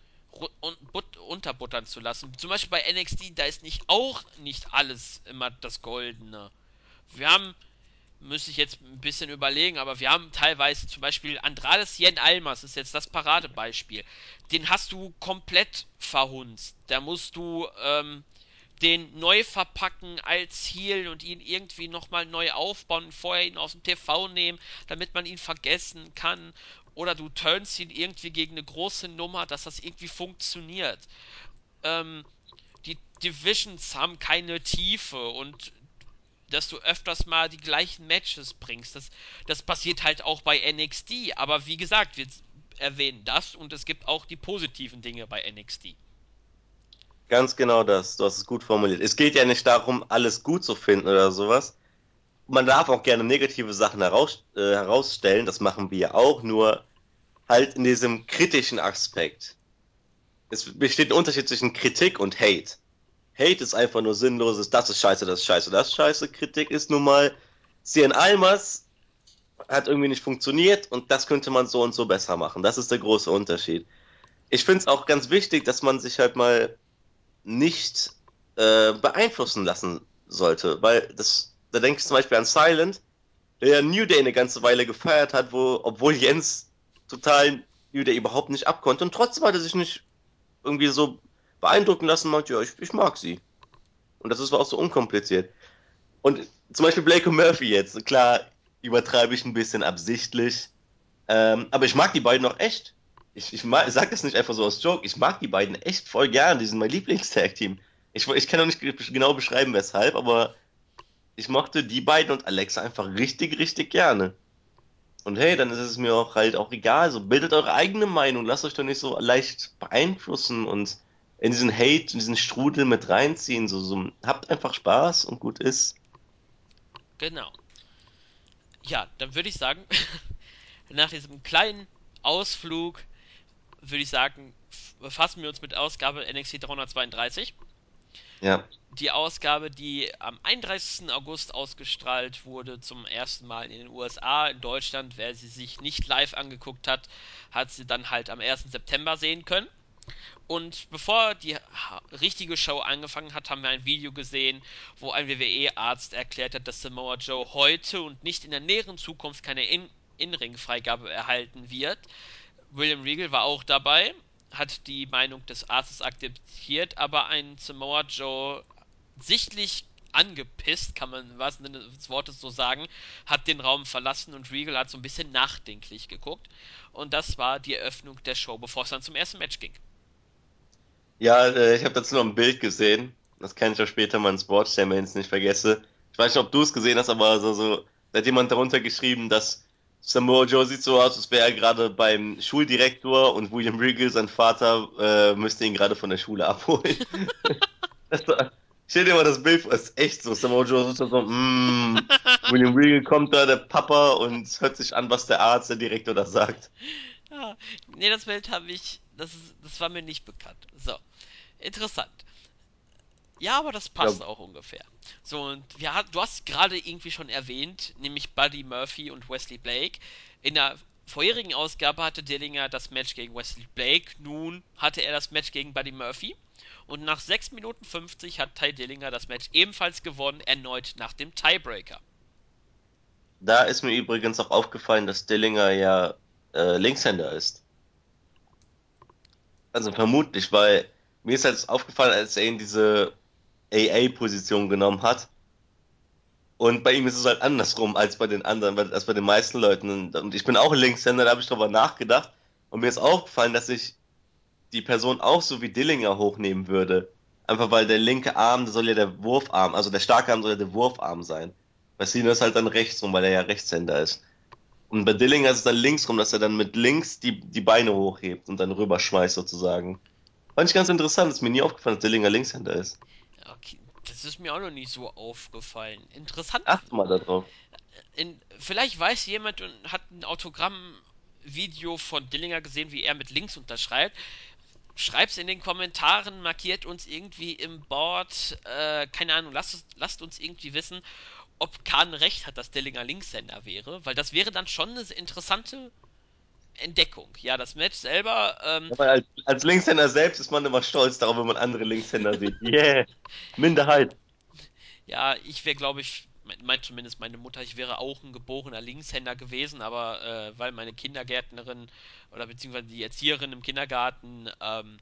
unterbuttern zu lassen. Zum Beispiel bei N X T, da ist nicht auch nicht alles immer das Goldene. Wir haben, müsste ich jetzt ein bisschen überlegen, aber wir haben teilweise zum Beispiel Andrade Cien Almas, ist jetzt das Paradebeispiel. Den hast du komplett verhunzt. Da musst du ähm, den neu verpacken als Heal und ihn irgendwie nochmal neu aufbauen und vorher ihn aus dem T V nehmen, damit man ihn vergessen kann. Oder du turnst ihn irgendwie gegen eine große Nummer, dass das irgendwie funktioniert. Ähm, die Divisions haben keine Tiefe und dass du öfters mal die gleichen Matches bringst. Das, das passiert halt auch bei N X T. Aber wie gesagt, wir erwähnen das und es gibt auch die positiven Dinge bei N X T. Ganz genau das. Du hast es gut formuliert. Es geht ja nicht darum, alles gut zu finden oder sowas. Man darf auch gerne negative Sachen heraus, äh, herausstellen. Das machen wir ja auch. Nur halt in diesem kritischen Aspekt. Es besteht ein Unterschied zwischen Kritik und Hate. Hate ist einfach nur sinnloses, das ist scheiße, das ist scheiße, das ist scheiße. Kritik ist nun mal, Cien Almas hat irgendwie nicht funktioniert und das könnte man so und so besser machen. Das ist der große Unterschied. Ich finde es auch ganz wichtig, dass man sich halt mal nicht äh, beeinflussen lassen sollte, weil das, da denke ich zum Beispiel an Silent, der ja New Day eine ganze Weile gefeiert hat, wo, obwohl Jens total New Day überhaupt nicht abkonnte und trotzdem hat er sich nicht irgendwie so beeindrucken lassen, meint, ja, ich, ich mag sie. Und das ist auch so unkompliziert. Und zum Beispiel Blake und Murphy jetzt, klar, übertreibe ich ein bisschen absichtlich, ähm, aber ich mag die beiden noch echt. Ich, ich, mag, ich sag das nicht einfach so aus Joke. Ich mag die beiden echt voll gern. Die sind mein Lieblingstag-Team. Ich, ich kann auch nicht ge- genau beschreiben, weshalb, aber ich mochte die beiden und Alexa einfach richtig, richtig gerne. Und hey, dann ist es mir auch halt auch egal. So bildet eure eigene Meinung. Lasst euch doch nicht so leicht beeinflussen und in diesen Hate, in diesen Strudel mit reinziehen. So, so, habt einfach Spaß und gut ist. Genau. Ja, dann würde ich sagen, nach diesem kleinen Ausflug würde ich sagen, befassen wir uns mit Ausgabe N X T dreihundertzweiunddreißig. Ja. Die Ausgabe, die am einunddreißigsten August ausgestrahlt wurde, zum ersten Mal in den U S A. In Deutschland, wer sie sich nicht live angeguckt hat, hat sie dann halt am ersten September sehen können. Und bevor die richtige Show angefangen hat, haben wir ein Video gesehen, wo ein W W E-Arzt erklärt hat, dass Samoa Joe heute und nicht in der näheren Zukunft keine In In-Ring-Freigabe erhalten wird. William Regal war auch dabei, hat die Meinung des Arztes akzeptiert, aber ein Samoa Joe sichtlich angepisst, kann man was des Wortes so sagen, hat den Raum verlassen und Regal hat so ein bisschen nachdenklich geguckt. Und das war die Eröffnung der Show, bevor es dann zum ersten Match ging. Ja, äh, ich habe dazu noch ein Bild gesehen. Das kann ich auch später mal ins Board stellen, wenn ich es nicht vergesse. Ich weiß nicht, ob du es gesehen hast, aber so, so, da hat jemand darunter geschrieben, dass Samoa Joe sieht so aus, als wäre er gerade beim Schuldirektor und William Regal, sein Vater, äh, müsste ihn gerade von der Schule abholen. Das war, stell dir mal das Bild vor, es ist echt so. Samoa Joe sitzt da so, mm, William Regal kommt da, der Papa, und hört sich an, was der Arzt, der Direktor da sagt. Ja, nee, das Bild habe ich, das, ist, das war mir nicht bekannt. So, interessant. Ja, aber das Ja, passt auch ungefähr. So, und wir, hat- du hast gerade irgendwie schon erwähnt, nämlich Buddy Murphy und Wesley Blake. In der vorherigen Ausgabe hatte Dillinger das Match gegen Wesley Blake, nun hatte er das Match gegen Buddy Murphy. Und nach sechs Minuten fünfzig hat Ty Dillinger das Match ebenfalls gewonnen, erneut nach dem Tiebreaker. da ist mir übrigens auch aufgefallen, dass Dillinger ja äh, Linkshänder ist. Also vermutlich, weil mir ist halt aufgefallen, als er ihn diese A A-Position genommen hat. Und bei ihm ist es halt andersrum als bei den anderen, weil- als bei den meisten Leuten. Und, und ich bin auch Linkshänder, da habe ich drüber nachgedacht. Und mir ist aufgefallen, dass ich die Person auch so wie Dillinger hochnehmen würde. Einfach weil der linke Arm, das soll ja der Wurfarm, also der starke Arm soll ja der Wurfarm sein. Bei Cena ist halt dann rechts rum, weil er ja Rechtshänder ist. Und bei Dillinger ist es dann links rum, dass er dann mit links die, die Beine hochhebt und dann rüberschmeißt sozusagen. Fand ich ganz interessant, ist mir nie aufgefallen, dass Dillinger Linkshänder ist. Okay, das ist mir auch noch nicht so aufgefallen. Interessant. Achte mal da drauf. In, vielleicht weiß jemand und hat ein Autogrammvideo von Dillinger gesehen, wie er mit links unterschreibt. Schreib's in den Kommentaren, markiert uns irgendwie im Board. Äh, keine Ahnung, lasst, lasst uns irgendwie wissen, ob Kahn recht hat, dass Dillinger Linkshänder wäre, weil das wäre dann schon eine interessante Entdeckung. Ja, das Match selber, ähm, Aber als, als Linkshänder selbst ist man immer stolz darauf, wenn man andere Linkshänder sieht. Yeah, Minderheit. ja, ich wäre, glaube ich, meint zumindest meine Mutter, ich wäre auch ein geborener Linkshänder gewesen, aber äh, weil meine Kindergärtnerin oder beziehungsweise die Erzieherin im Kindergarten ähm,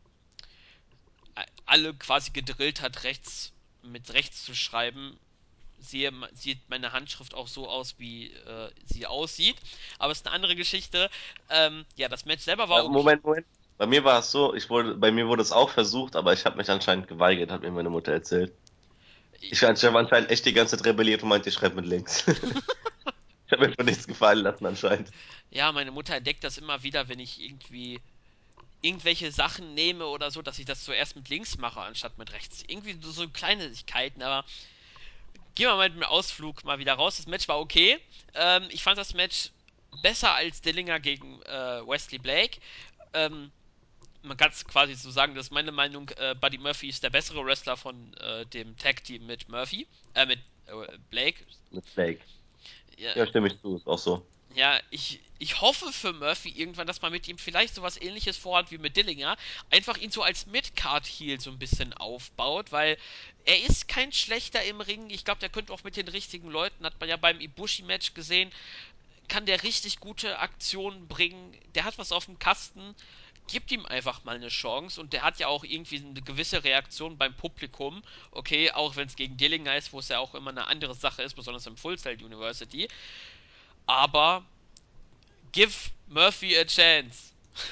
alle quasi gedrillt hat, rechts mit rechts zu schreiben, sehe, sieht meine Handschrift auch so aus, wie äh, sie aussieht. Aber es ist eine andere Geschichte. Ähm, ja, das Match selber war Ja, okay. Moment, Moment. Bei mir war es so, ich wurde, bei mir wurde es auch versucht, aber ich habe mich anscheinend geweigert, hat mir meine Mutter erzählt. Ich, ich habe anscheinend echt die ganze Zeit rebelliert und meinte, ich schreibe mit links. Ich habe mir von nichts gefallen lassen anscheinend. Ja, meine Mutter entdeckt das immer wieder, wenn ich irgendwie irgendwelche Sachen nehme oder so, dass ich das zuerst mit links mache, anstatt mit rechts. Irgendwie so, so Kleinigkeiten, aber gehen wir mal mit dem Ausflug mal wieder raus. Das Match war okay. Ähm, ich fand das Match besser als Dillinger gegen äh, Wesley Blake. Ähm, man kann es quasi so sagen, das ist meine Meinung, äh, Buddy Murphy ist der bessere Wrestler von äh, dem Tag-Team mit Murphy, äh, mit äh, Blake. Mit Blake. Ja, Ja, stimme ich zu, ist auch so. ja, ich, ich hoffe für Murphy irgendwann, dass man mit ihm vielleicht sowas ähnliches vorhat wie mit Dillinger. Einfach ihn so als Mid-Card-Heel so ein bisschen aufbaut, weil er ist kein schlechter im Ring. Ich glaube, der könnte auch mit den richtigen Leuten, hat man ja beim Ibushi-Match gesehen, kann der richtig gute Aktionen bringen. Der hat was auf dem Kasten. Gibt ihm einfach mal eine Chance und der hat ja auch irgendwie eine gewisse Reaktion beim Publikum. Okay, auch wenn es gegen Dillinger ist, wo es ja auch immer eine andere Sache ist, besonders im Full Sail University. Aber give Murphy a chance.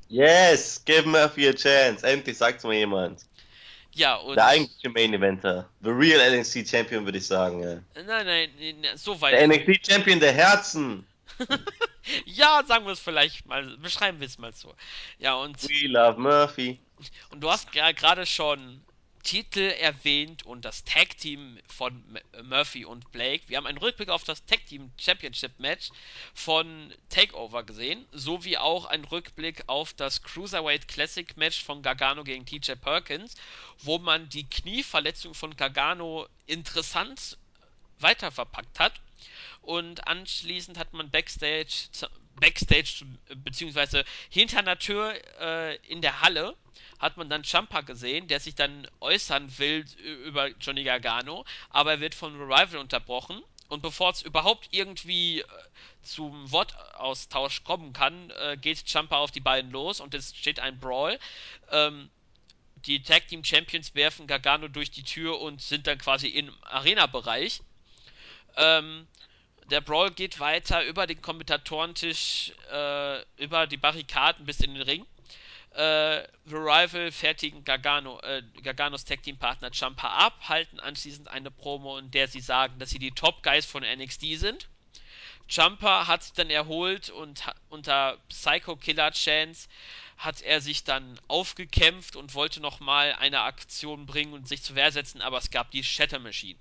Yes, give Murphy a chance. Endlich sagt's mal jemand. Ja, Der und eigentliche Main Eventer. The real N X T Champion, würde ich sagen. Ja. nein, nein, nein, so Der weit will ich. N X T Champion der Herzen. Ja, sagen wir es vielleicht mal, beschreiben wir es mal so. Ja, und We love Murphy. Und du hast ja gerade schon Titel erwähnt und das Tag Team von M- Murphy und Blake. Wir haben einen Rückblick auf das Tag Team Championship Match von Takeover gesehen, sowie auch einen Rückblick auf das Cruiserweight Classic Match von Gargano gegen T J Perkins, wo man die Knieverletzung von Gargano interessant weiterverpackt hat. Und anschließend hat man Backstage, Backstage beziehungsweise hinter einer Tür äh, in der Halle hat man dann Ciampa gesehen, der sich dann äußern will über Johnny Gargano, aber er wird von Revival unterbrochen. Und bevor es überhaupt irgendwie äh, zum Wortaustausch kommen kann, äh, geht Ciampa auf die beiden los und es steht ein Brawl. Ähm, die Tag Team Champions werfen Gargano durch die Tür und sind dann quasi im Arena-Bereich. Ähm, der Brawl geht weiter über den Kommentatorentisch, äh, über die Barrikaden bis in den Ring. Äh, The Rival fertigen Gargano, äh, Garganos Tag Team Partner Ciampa ab, halten anschließend eine Promo, in der sie sagen, dass sie die Top Guys von N X T sind. Ciampa hat sich dann erholt und ha unter Psycho Killer Chance hat er sich dann aufgekämpft und wollte nochmal eine Aktion bringen und sich zur Wehr setzen, aber es gab die Shatter Machine.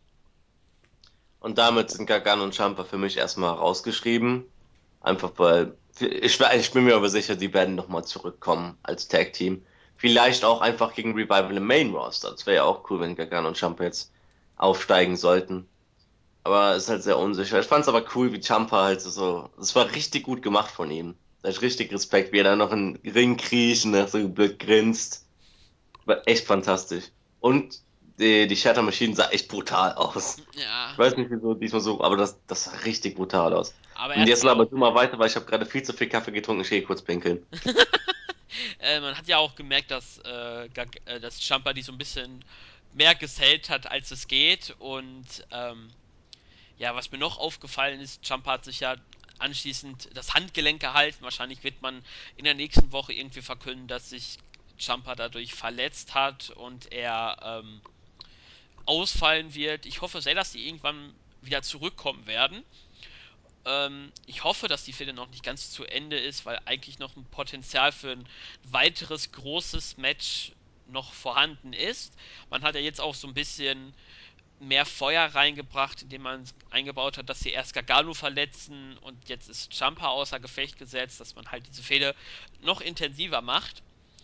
Und damit sind Gargano und Ciampa für mich erstmal rausgeschrieben. Einfach weil, ich, ich bin mir aber sicher, die werden nochmal zurückkommen als Tag Team. Vielleicht auch einfach gegen Revival im Main Roster. Das wäre ja auch cool, wenn Gargano und Ciampa jetzt aufsteigen sollten. Aber ist halt sehr unsicher. Ich fand es aber cool, wie Ciampa halt so, es war richtig gut gemacht von ihm. Da hab ich richtig Respekt, wie er da noch in den Ring kriecht und er so blöd grinst. War echt fantastisch. Und die, die Shatter Machine sah echt brutal aus. Ich Ja, weiß nicht wieso diesmal so, aber das, das sah richtig brutal aus. aber er Und hat jetzt sich auch laber du mal weiter, weil ich habe gerade viel zu viel Kaffee getrunken, ich gehe kurz pinkeln. Äh, man hat ja auch gemerkt, dass, äh, Gag- äh, dass Champa die so ein bisschen mehr gesellt hat, als es geht. Und ähm, ja, was mir noch aufgefallen ist, Champa hat sich ja anschließend das Handgelenk gehalten. Wahrscheinlich wird man in der nächsten Woche irgendwie verkünden, dass sich Champa dadurch verletzt hat und er ähm, ausfallen wird. Ich hoffe sehr, dass die irgendwann wieder zurückkommen werden. Ähm, ich hoffe, dass die Fehde noch nicht ganz zu Ende ist, weil eigentlich noch ein Potenzial für ein weiteres großes Match noch vorhanden ist. Man hat ja jetzt auch so ein bisschen mehr Feuer reingebracht, indem man eingebaut hat, dass sie erst Gargano verletzen und jetzt ist Ciampa außer Gefecht gesetzt, dass man halt diese Fehde noch intensiver macht.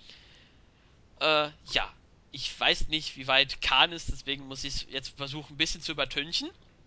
Äh, ja, ich weiß nicht, wie weit Khan ist, deswegen muss ich es jetzt versuchen, ein bisschen zu übertünchen.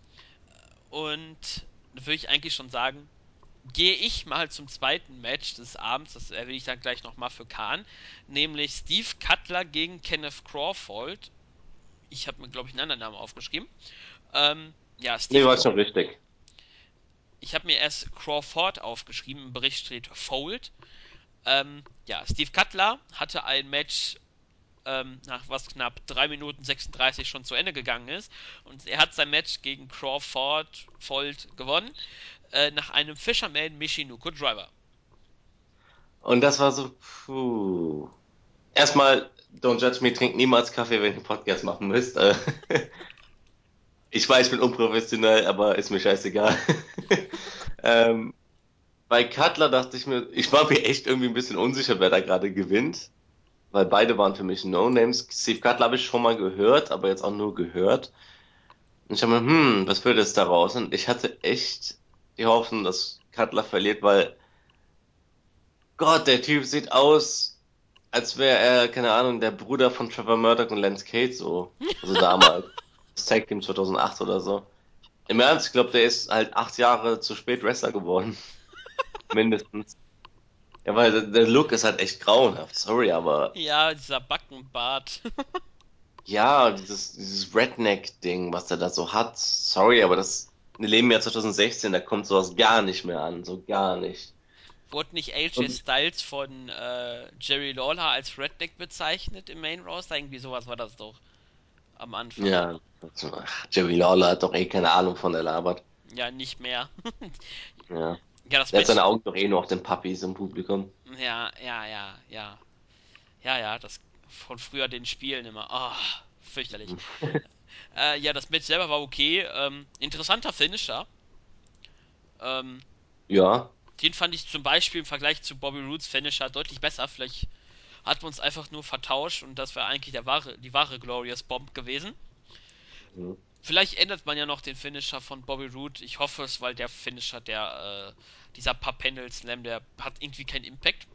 Und da würde ich eigentlich schon sagen, gehe ich mal zum zweiten Match des Abends, das erwähne ich dann gleich nochmal für Khan, nämlich Steve Cutler gegen Kenneth Crawford. Ich habe mir, glaube ich, einen anderen Namen aufgeschrieben. Ähm, ja, Nee, Steve, war schon richtig. ich habe mir erst Crawford aufgeschrieben, im Bericht steht Fold. Ähm, ja, Steve Cutler hatte ein Match, ähm, nach was knapp drei Minuten sechsunddreißig schon zu Ende gegangen ist. Und er hat sein Match gegen Crawford Fold gewonnen, äh, nach einem Fisherman Michinoku Driver. Und das war so, puh. Erstmal, don't judge me, trinkt niemals Kaffee, wenn ihr einen Podcast machen müsst. Äh, Ich weiß, ich bin unprofessionell, aber ist mir scheißegal. ähm, Bei Cutler dachte ich mir, ich war mir echt irgendwie ein bisschen unsicher, wer da gerade gewinnt, weil beide waren für mich No-Names. Steve Cutler habe ich schon mal gehört, aber jetzt auch nur gehört. Und ich habe mir, hm, was wird jetzt daraus? Und ich hatte echt die Hoffnung, dass Cutler verliert, weil Gott, der Typ sieht aus, als wäre er, keine Ahnung, der Bruder von Trevor Murdoch und Lance Cade so. Also damals. Das Tag Team zweitausendacht oder so. Im Ernst, ich glaube, der ist halt acht Jahre zu spät Wrestler geworden. Mindestens. Ja, weil der der Look ist halt echt grauenhaft. Sorry, aber Ja, dieser Backenbart. ja, dieses, dieses Redneck-Ding, was der da so hat. Sorry, aber das, wir leben ja zwanzig sechzehn, da kommt sowas gar nicht mehr an. So gar nicht. Wurde nicht A J Und Styles von äh, Jerry Lawler als Redneck bezeichnet im Main Roster? Irgendwie sowas war das doch am Anfang. ja, ach, Jerry Lawler hat doch eh keine Ahnung von der Labert. Ja, nicht mehr. Ja. Ja, das Der hat Match. seine Augen doch eh nur auf den Puppies im Publikum. Ja, ja, ja, ja. Ja, ja, das von früher den Spielen immer. Ah, fürchterlich. Äh, ja, das Match selber war okay. Ähm, interessanter Finisher. Ähm, Ja, den fand ich zum Beispiel im Vergleich zu Bobby Roods Finisher deutlich besser. Vielleicht hat man uns einfach nur vertauscht und das wäre eigentlich der wahre, die wahre Glorious Bomb gewesen. mhm. Vielleicht ändert man ja noch den Finisher von Bobby Roode. Ich hoffe es, weil der Finisher, der, äh, dieser Papendel Slam, der hat irgendwie keinen Impact.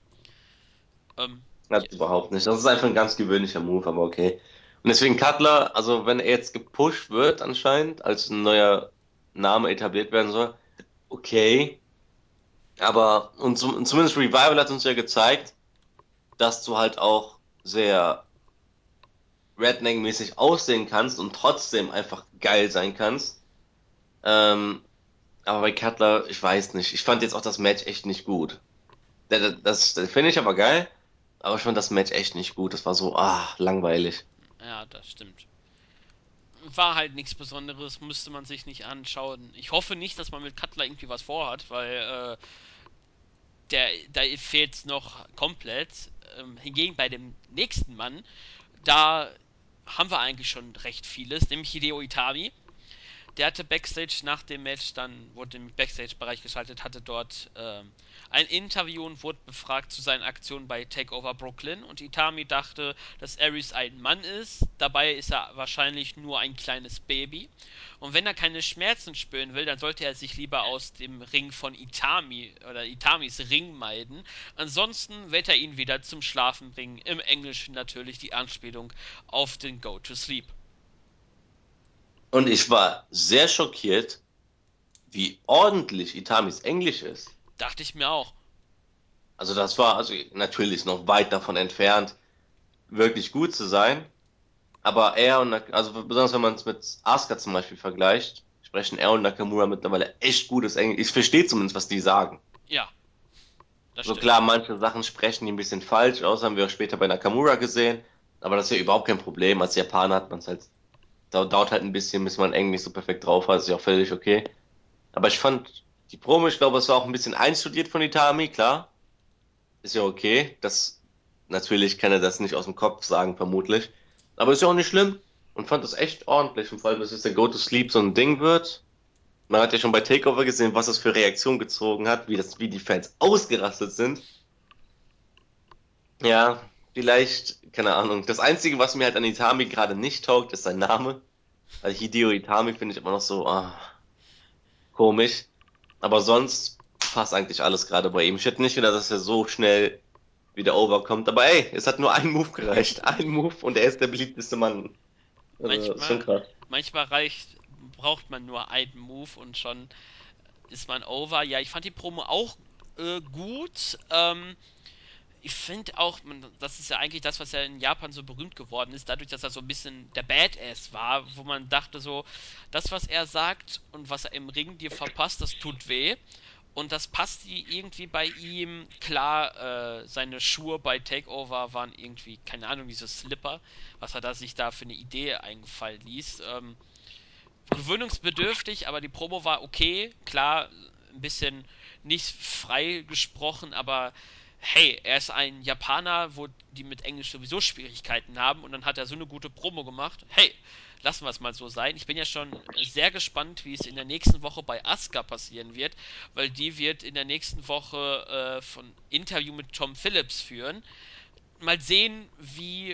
Ähm, ja, Hat überhaupt nicht. Das ist einfach ein ganz gewöhnlicher Move, aber okay. Und deswegen Cutler, also wenn er jetzt gepusht wird anscheinend, als ein neuer Name etabliert werden soll, okay. Aber und, zum, und zumindest Revival hat uns ja gezeigt, dass du halt auch sehr Redneck-mäßig aussehen kannst und trotzdem einfach geil sein kannst. Ähm, aber bei Cutler, ich weiß nicht. Ich fand jetzt auch das Match echt nicht gut. Das, das, das finde ich aber geil, aber ich fand das Match echt nicht gut. Das war so, ah, langweilig. ja, das stimmt. War halt nichts Besonderes, müsste man sich nicht anschauen. Ich hoffe nicht, dass man mit Cutler irgendwie was vorhat, weil äh, der, da fehlt es noch komplett. Ähm, hingegen bei dem nächsten Mann, da haben wir eigentlich schon recht vieles, nämlich Hideo Itami. Der hatte Backstage nach dem Match, dann wurde im Backstage-Bereich geschaltet, hatte dort ähm, ein Interview und wurde befragt zu seinen Aktionen bei Takeover Brooklyn. Und Itami dachte, dass Aries ein Mann ist. Dabei ist er wahrscheinlich nur ein kleines Baby. Und wenn er keine Schmerzen spüren will, dann sollte er sich lieber aus dem Ring von Itami oder Itamis Ring meiden. Ansonsten wird er ihn wieder zum Schlafen bringen. Im Englischen natürlich die Anspielung auf den Go to Sleep. Und ich war sehr schockiert, wie ordentlich Itamis Englisch ist. Dachte ich mir auch. Also das war also natürlich noch weit davon entfernt, wirklich gut zu sein. Aber er und Nak also besonders wenn man es mit Asuka zum Beispiel vergleicht, sprechen er und Nakamura mittlerweile echt gutes Englisch. Ich verstehe zumindest, was die sagen. Ja, das So stimmt. klar, manche Sachen sprechen die ein bisschen falsch aus, haben wir auch später bei Nakamura gesehen. Aber das ist ja überhaupt kein Problem. Als Japaner hat man es halt, dauert dauert halt ein bisschen, bis man Englisch so perfekt drauf hat. Ist ja auch völlig okay. Aber ich fand die Promo, ich glaube, es war auch ein bisschen einstudiert von Itami, klar. Ist ja okay. Das, natürlich kann er das nicht aus dem Kopf sagen, vermutlich. Aber ist ja auch nicht schlimm. Und fand das echt ordentlich. Und vor allem, dass jetzt der Go to Sleep so ein Ding wird. Man hat ja schon bei Takeover gesehen, was das für Reaktionen gezogen hat, wie das, wie die Fans ausgerastet sind. Ja, vielleicht, keine Ahnung. Das Einzige, was mir halt an Itami gerade nicht taugt, ist sein Name. Weil Hideo Itami finde ich immer noch so, ah, komisch. Aber sonst passt eigentlich alles gerade bei ihm. Ich hätte nicht gedacht, dass er so schnell wieder overkommt. Aber ey, es hat nur ein Move gereicht. Ein Move und er ist der beliebteste Mann. Also, ist schon Manchmal, krass. manchmal reicht, braucht man nur einen Move und schon ist man over. Ja, ich fand die Promo auch äh, gut. Ähm, ich finde auch, man, das ist ja eigentlich das, was ja in Japan so berühmt geworden ist, dadurch, dass er so ein bisschen der Badass war, wo man dachte so, das, was er sagt und was er im Ring dir verpasst, das tut weh. Und das passt irgendwie bei ihm. Klar, äh, seine Schuhe bei Takeover waren irgendwie, keine Ahnung, diese Slipper, was er da sich da für eine Idee eingefallen ließ. Ähm, gewöhnungsbedürftig, aber die Promo war okay. Klar, ein bisschen nicht frei gesprochen, aber hey, er ist ein Japaner, wo die mit Englisch sowieso Schwierigkeiten haben und dann hat er so eine gute Promo gemacht. Hey, lassen wir es mal so sein. Ich bin ja schon sehr gespannt, wie es in der nächsten Woche bei Asuka passieren wird, weil die wird in der nächsten Woche äh, von Interview mit Tom Phillips führen. Mal sehen, wie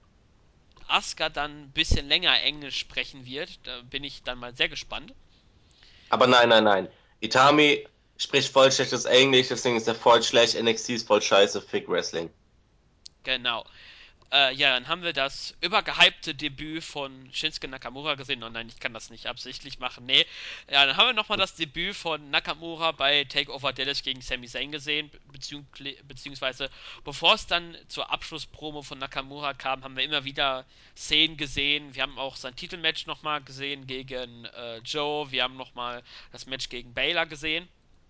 Asuka dann ein bisschen länger Englisch sprechen wird. Da bin ich dann mal sehr gespannt. Aber nein, nein, nein. Itami spricht voll schlechtes Englisch, deswegen ist er voll schlecht. N X T ist voll scheiße. Fick Wrestling. Genau. Äh, ja, dann haben wir das übergehypte Debüt von Shinsuke Nakamura gesehen. Oh nein, ich kann das nicht absichtlich machen. Nee. Ja, dann haben wir nochmal das Debüt von Nakamura bei Takeover Dallas gegen Sami Zayn gesehen. Beziehungs beziehungsweise, bevor es dann zur Abschlusspromo von Nakamura kam, haben wir immer wieder Szenen gesehen. Wir haben auch sein Titelmatch nochmal gesehen gegen äh, Joe. Wir haben nochmal das Match gegen Baylor gesehen.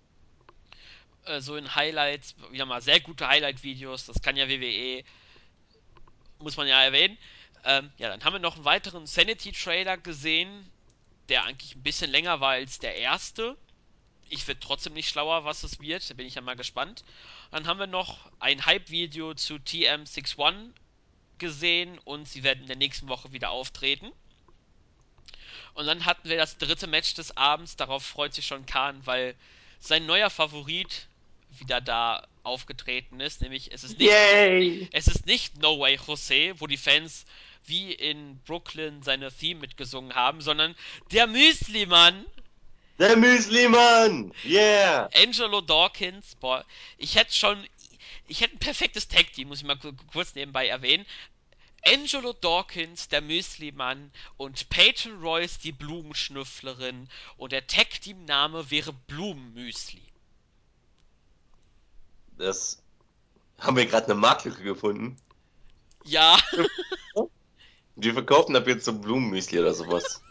Äh, so in Highlights. Wieder mal sehr gute Highlight-Videos. Das kann ja W W E, muss man ja erwähnen. Ähm, ja, dann haben wir noch einen weiteren Sanity-Trailer gesehen, der eigentlich ein bisschen länger war als der erste. Ich werde trotzdem nicht schlauer, was es wird. Da bin ich ja mal gespannt. Dann haben wir noch ein Hype-Video zu T M einundsechzig gesehen und sie werden in der nächsten Woche wieder auftreten. Und dann hatten wir das dritte Match des Abends. Darauf freut sich schon Khan, weil sein neuer Favorit wieder da aufgetreten ist. Nämlich es ist nicht, Yay! es ist nicht No Way Jose, wo die Fans wie in Brooklyn seine Theme mitgesungen haben, sondern der Müsli-Mann, Der Müsli-Mann! Yeah! Angelo Dawkins. Boah, ich hätte schon, ich hätte ein perfektes Tag-Team, muss ich mal kurz nebenbei erwähnen. Angelo Dawkins, der Müsli-Mann, und Peyton Royce, die Blumenschnüfflerin. Und der Tag-Team-Name wäre Blumenmüsli. Das haben wir gerade eine Marktlücke gefunden. Ja, Wir verkaufen ab jetzt so Blumenmüsli oder sowas.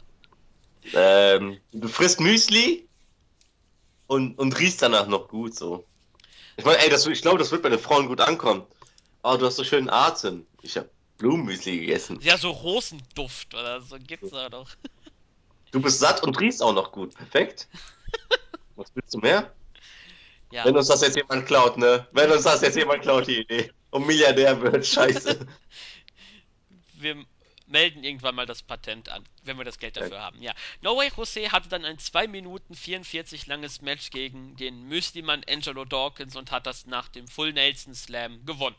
Ähm, du frisst Müsli und, und riechst danach noch gut so. Ich meine, ey, das, ich glaube, das wird bei den Frauen gut ankommen. Oh, du hast so schönen Atem. Ich habe Blumenmüsli gegessen. ja, so Rosenduft oder so gibt's da doch. Du bist satt und riechst auch noch gut. Perfekt. Was willst du mehr? Ja, Wenn uns das jetzt jemand klaut, ne? Wenn uns das jetzt jemand klaut, die Idee. Und Milliardär wird, scheiße. wir melden irgendwann mal das Patent an, wenn wir das Geld Ja, dafür haben. Ja, No Way Jose hatte dann ein zwei Minuten vierundvierzig langes Match gegen den Müslimann Angelo Dawkins und hat das nach dem Full Nelson Slam gewonnen.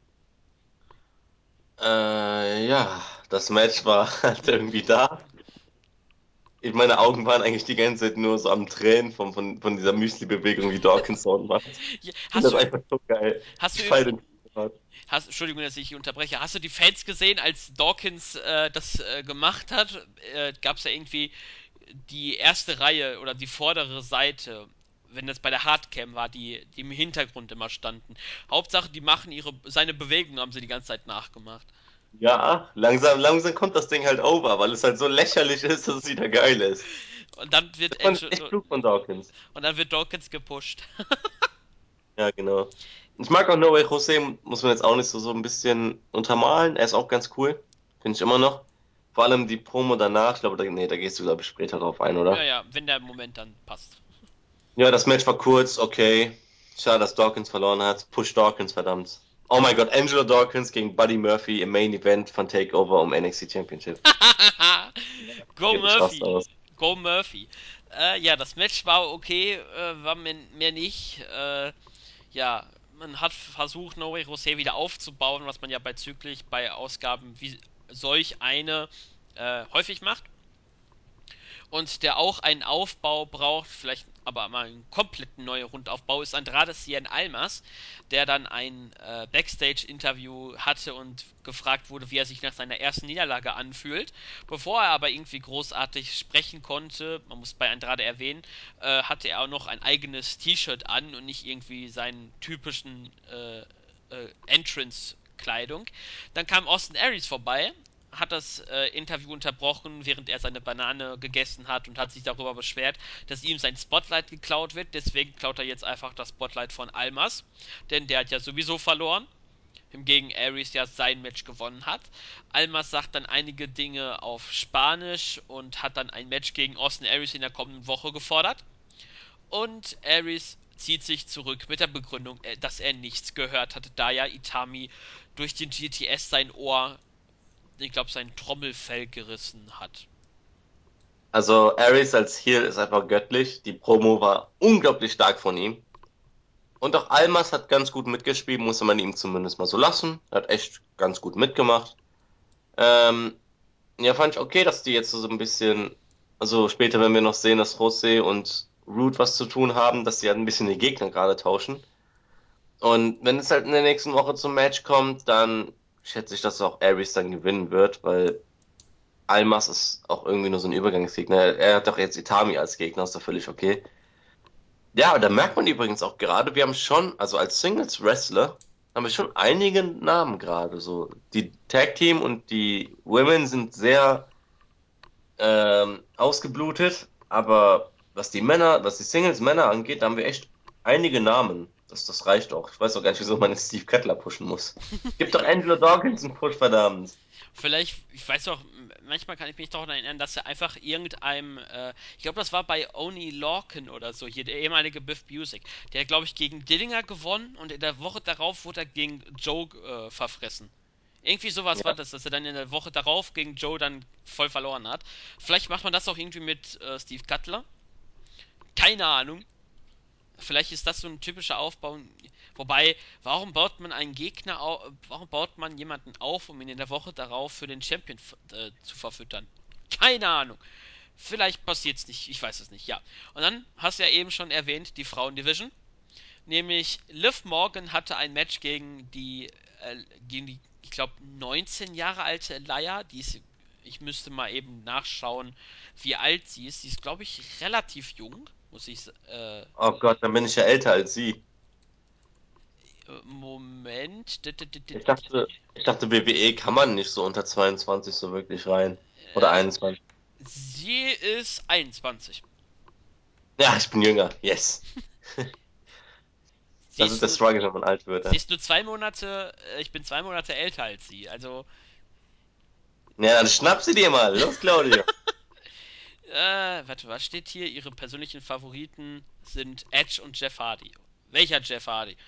äh, ja, das Match war halt irgendwie da. Ich, meine Augen waren eigentlich die ganze Zeit nur so am Tränen von, von, von dieser Müsli-Bewegung, wie Dawkins Sound macht. Ja, Ich finde hast du, das einfach so geil. hast Ich du feiere übrigens, den Format. hast, Entschuldigung, dass ich unterbreche, hast du die Fans gesehen, als Dawkins äh, das äh, gemacht hat? Äh, Gab es ja irgendwie die erste Reihe oder die vordere Seite, wenn das bei der Hardcam war, die, die im Hintergrund immer standen. Hauptsache, die machen ihre, seine Bewegungen haben sie die ganze Zeit nachgemacht. Ja, langsam, langsam kommt das Ding halt over, weil es halt so lächerlich ist, dass es wieder geil ist. Und dann Das wird fand ich Angel echt klug von Dawkins. und dann wird Dawkins gepusht. Ja, genau. Ich mag auch No Way Jose, muss man jetzt auch nicht so, so ein bisschen untermalen. Er ist auch ganz cool. Finde ich immer noch. Vor allem die Promo danach, ich glaube, da, nee, da gehst du, glaube ich, später drauf ein, Ja, oder? ja, wenn der Moment dann passt. Ja, das Match war kurz, okay. Schade, dass Dawkins verloren hat. Push Dawkins, verdammt. Oh mein Gott, Angelo Dawkins gegen Buddy Murphy im Main Event von Takeover um N X T Championship. Go Ich raste Murphy. aus. Go Murphy. Äh, ja, das Match war okay, äh, war mir, mehr nicht. Äh, ja, man hat versucht, No Way Jose wieder aufzubauen, was man ja bei zyklisch bei Ausgaben wie solch eine äh, häufig macht. Und der auch einen Aufbau braucht, vielleicht aber mal einen kompletten neuen Rundaufbau, ist Andrade Cien Almas, der dann ein äh, Backstage-Interview hatte und gefragt wurde, wie er sich nach seiner ersten Niederlage anfühlt. Bevor er aber irgendwie großartig sprechen konnte, man muss bei Andrade erwähnen, äh, hatte er auch noch ein eigenes T-Shirt an und nicht irgendwie seinen typischen äh, äh, Entrance-Kleidung. Dann kam Austin Aries vorbei, hat das äh, Interview unterbrochen, während er seine Banane gegessen hat und hat sich darüber beschwert, dass ihm sein Spotlight geklaut wird. Deswegen klaut er jetzt einfach das Spotlight von Almas, denn der hat ja sowieso verloren. Hingegen Aries ja sein Match gewonnen hat. Almas sagt dann einige Dinge auf Spanisch und hat dann ein Match gegen Austin Aries in der kommenden Woche gefordert. Und Aries zieht sich zurück mit der Begründung, äh, dass er nichts gehört hatte, da ja Itami durch den G T S sein Ohr, ich glaube, sein Trommelfell gerissen hat. Also, Aries als Heel ist einfach göttlich. Die Promo war unglaublich stark von ihm. Und auch Almas hat ganz gut mitgespielt, musste man ihm zumindest mal so lassen. Er hat echt ganz gut mitgemacht. Ähm, ja, fand ich okay, dass die jetzt so ein bisschen, also später, wenn wir noch sehen, dass Jose und Root was zu tun haben, dass die halt ein bisschen die Gegner gerade tauschen. Und wenn es halt in der nächsten Woche zum Match kommt, dann schätze ich, dass auch Aries dann gewinnen wird, weil Almas ist auch irgendwie nur so ein Übergangsgegner. Er hat doch jetzt Itami als Gegner, ist doch völlig okay. Ja, da merkt man übrigens auch gerade, wir haben schon, also als Singles-Wrestler, haben wir schon einige Namen gerade. So, die Tag Team und die Women sind sehr ähm, ausgeblutet, aber was die Männer, was die Singles-Männer angeht, da haben wir echt einige Namen. Das, das reicht auch. Ich weiß auch gar nicht, wieso man jetzt Steve Cutler pushen muss. Gib doch Angelo Dawkins einen Push, verdammt. Vielleicht, ich weiß auch, manchmal kann ich mich doch daran erinnern, dass er einfach irgendeinem, äh, ich glaube, das war bei Oni Lorcan oder so, hier der ehemalige Biff Busick. Der hat, glaube ich, gegen Dillinger gewonnen und in der Woche darauf wurde er gegen Joe äh, verfressen. Irgendwie sowas war Ja. das, dass er dann in der Woche darauf gegen Joe dann voll verloren hat. Vielleicht macht man das auch irgendwie mit äh, Steve Cutler. Keine Ahnung. Vielleicht ist das so ein typischer Aufbau. Wobei, warum baut man einen Gegner auf, warum baut man jemanden auf, um ihn in der Woche darauf für den Champion äh, zu verfüttern? Keine Ahnung. Vielleicht passiert es nicht, ich weiß es nicht, ja. Und dann hast du ja eben schon erwähnt, die Frauendivision. Nämlich Liv Morgan hatte ein Match gegen die, äh, gegen die, ich glaube, neunzehn Jahre alte Leia. Die ist, ich müsste mal eben nachschauen, wie alt sie ist. Sie ist, glaube ich, relativ jung, muss ich, äh, Oh Gott, dann bin ich ja älter als sie. Moment. Ich dachte, ich dachte, W W E kann man nicht so unter zweiundzwanzig so wirklich rein. Oder Äh, einundzwanzig. sie ist einundzwanzig. Ja, ich bin jünger. Yes. Sie Das ist ist der nur, Struggle, wenn man alt wird. sie Ja, ist nur zwei Monate, äh, ich bin zwei Monate älter als sie. Also, ja dann schnapp sie dir mal. Los, Claudio. äh, warte, was steht hier? Ihre persönlichen Favoriten sind Edge und Jeff Hardy. Welcher Jeff Hardy?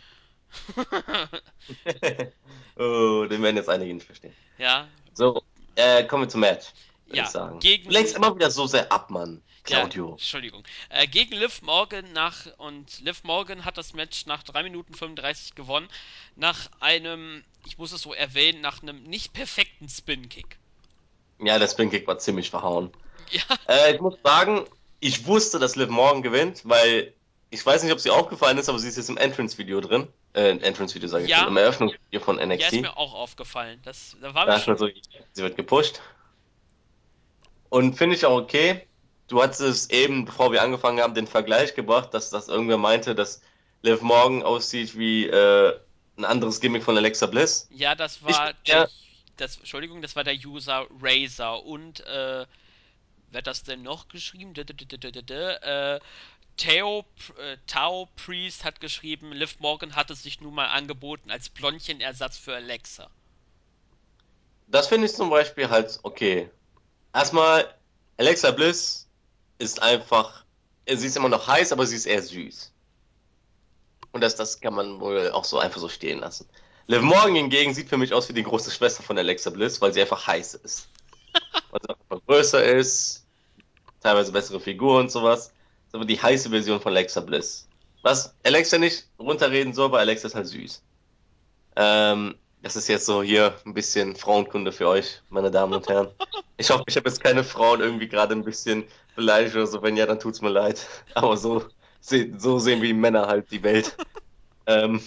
Oh, den werden jetzt einige nicht verstehen. Ja, So, äh, kommen wir zum Match, würde ich ja, sagen. Du lenkst gegen, immer wieder so sehr ab, Mann. ja, Claudio. Entschuldigung, äh, gegen Liv Morgan nach, und Liv Morgan hat das Match nach drei Minuten fünfunddreißig gewonnen, nach einem, ich muss es so erwähnen, nach einem nicht perfekten Spin-Kick. Ja, der Spin-Kick war ziemlich verhauen. Ja, Äh, ich muss sagen, ich wusste, dass Liv Morgan gewinnt, weil ich weiß nicht, ob sie aufgefallen ist, aber sie ist jetzt im Entrance-Video drin. Äh, Entrance-Video sage ich schon, im ja, Eröffnungsvideo von ja, ist N X T. mir auch aufgefallen. Das, da war mir Da ist mir schon. so, sie wird gepusht. Und finde ich auch okay. Du hattest es eben, bevor wir angefangen haben, den Vergleich gebracht, dass das irgendwer meinte, dass Liv Morgan aussieht wie äh, ein anderes Gimmick von Alexa Bliss. Ja, das Ich war bin der. eher, Das, Entschuldigung, das war der User Razer. Und, äh, wer hat das denn noch geschrieben? D -d -d -d -d -d äh, Theo, äh, Tao Priest hat geschrieben, Liv Morgan hatte sich nun mal angeboten als Blondchenersatz für Alexa. das finde ich zum Beispiel halt okay. Erstmal, Alexa Bliss ist einfach, sie ist immer noch heiß, aber sie ist eher süß. Und das, das kann man wohl auch so einfach so stehen lassen. Liv Morgan hingegen sieht für mich aus wie die große Schwester von Alexa Bliss, weil sie einfach heiß ist. Weil sie einfach größer ist, teilweise bessere Figur und sowas. Das ist aber die heiße Version von Alexa Bliss. Was Alexa nicht runterreden soll, weil Alexa ist halt süß. Ähm, das ist jetzt so hier ein bisschen Frauenkunde für euch, meine Damen und Herren. Ich hoffe, ich habe jetzt keine Frauen irgendwie gerade ein bisschen beleidigt oder so. Wenn ja, dann tut's mir leid. Aber so, se so sehen wir Männer halt die Welt. Ähm,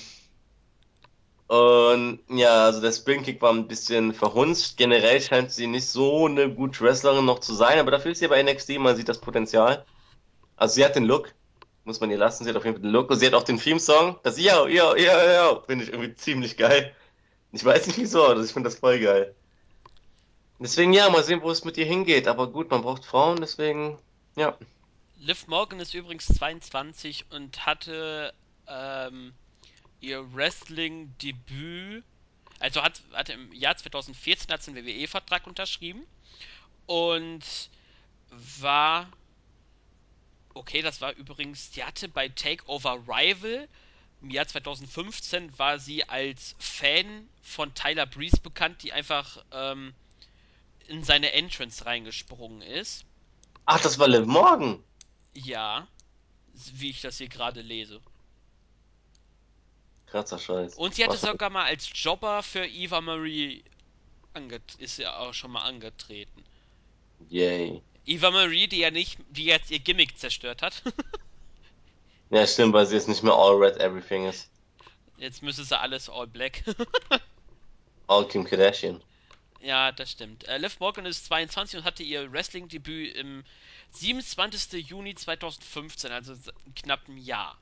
und ja, also der Springkick war ein bisschen verhunzt. Generell scheint sie nicht so eine gute Wrestlerin noch zu sein, aber dafür ist sie bei N X T, man sieht das Potenzial. Also sie hat den Look, muss man ihr lassen, sie hat auf jeden Fall den Look und sie hat auch den Theme-Song. Das Yo, Yo, Yo, Yo, finde ich irgendwie ziemlich geil. Ich weiß nicht wieso, aber ich finde das voll geil. Deswegen ja, mal sehen, wo es mit ihr hingeht. Aber gut, man braucht Frauen, deswegen ja. Liv Morgan ist übrigens zweiundzwanzig und hatte ähm, ihr Wrestling-Debüt, also hat, hat im Jahr zweitausendvierzehn hat sie einen W W E-Vertrag unterschrieben und war, okay, das war übrigens, die hatte bei Takeover Rival im Jahr zweitausendfünfzehn war sie als Fan von Tyler Breeze bekannt, die einfach ähm, in seine Entrance reingesprungen ist. Ach, das war Liv Morgan. Ja, wie ich das hier gerade lese. Krasser Scheiß. Und sie hatte Was für sogar mal als Jobber für Eva Marie anget ist ja auch schon mal angetreten. Yay. Eva Marie, die ja nicht, die jetzt ihr Gimmick zerstört hat. Ja, stimmt, weil sie jetzt nicht mehr All Red Everything ist. Jetzt müssen sie alles all black. All Kim Kardashian. Ja, das stimmt. Äh, Liv Morgan ist zweiundzwanzig und hatte ihr Wrestling-Debüt im siebenundzwanzigsten Juni zweitausendfünfzehn, also in knapp einem Jahr.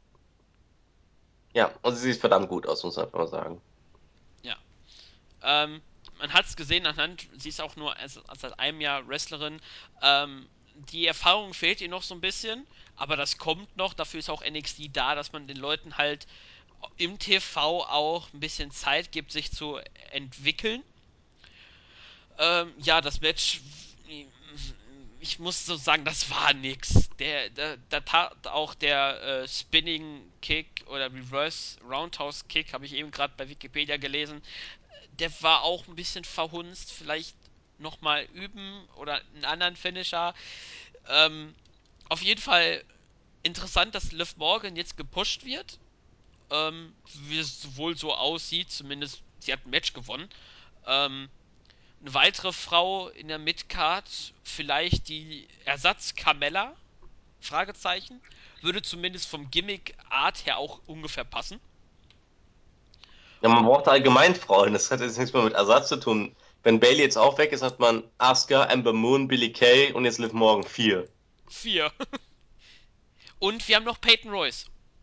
Ja, und sie sieht verdammt gut aus, muss man einfach mal sagen. Ja. Ähm, man hat es gesehen anhand, sie ist auch nur erst seit einem Jahr Wrestlerin. Ähm, die Erfahrung fehlt ihr noch so ein bisschen, aber das kommt noch. Dafür ist auch N X T da, dass man den Leuten halt im T V auch ein bisschen Zeit gibt, sich zu entwickeln. Ähm, ja, das Match, ich muss so sagen, das war nix. Der, da, da tat auch der äh, Spinning Kick oder Reverse Roundhouse Kick, habe ich eben gerade bei Wikipedia gelesen. Der war auch ein bisschen verhunzt. Vielleicht nochmal üben oder einen anderen Finisher. Ähm, auf jeden Fall interessant, dass Liv Morgan jetzt gepusht wird. Ähm, wie es wohl so aussieht, zumindest sie hat ein Match gewonnen. Ähm, eine weitere Frau in der Midcard, vielleicht die Ersatz Carmella? Fragezeichen. Würde zumindest vom Gimmick Art her auch ungefähr passen. Ja, man braucht allgemein Frauen. Das hat jetzt nichts mehr mit Ersatz zu tun. Wenn Bailey jetzt auch weg ist, hat man Asuka, Ember Moon, Billie Kay und jetzt Liv Morgan vier. Vier. Und wir haben noch Peyton Royce.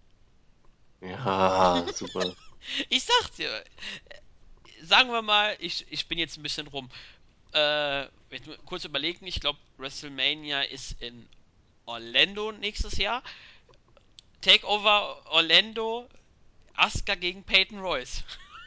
Ja, super. Ich sag dir, sagen wir mal, ich, ich bin jetzt ein bisschen rum. Äh, jetzt kurz überlegen, ich glaube, WrestleMania ist in Orlando nächstes Jahr. Takeover Orlando, Asuka gegen Peyton Royce.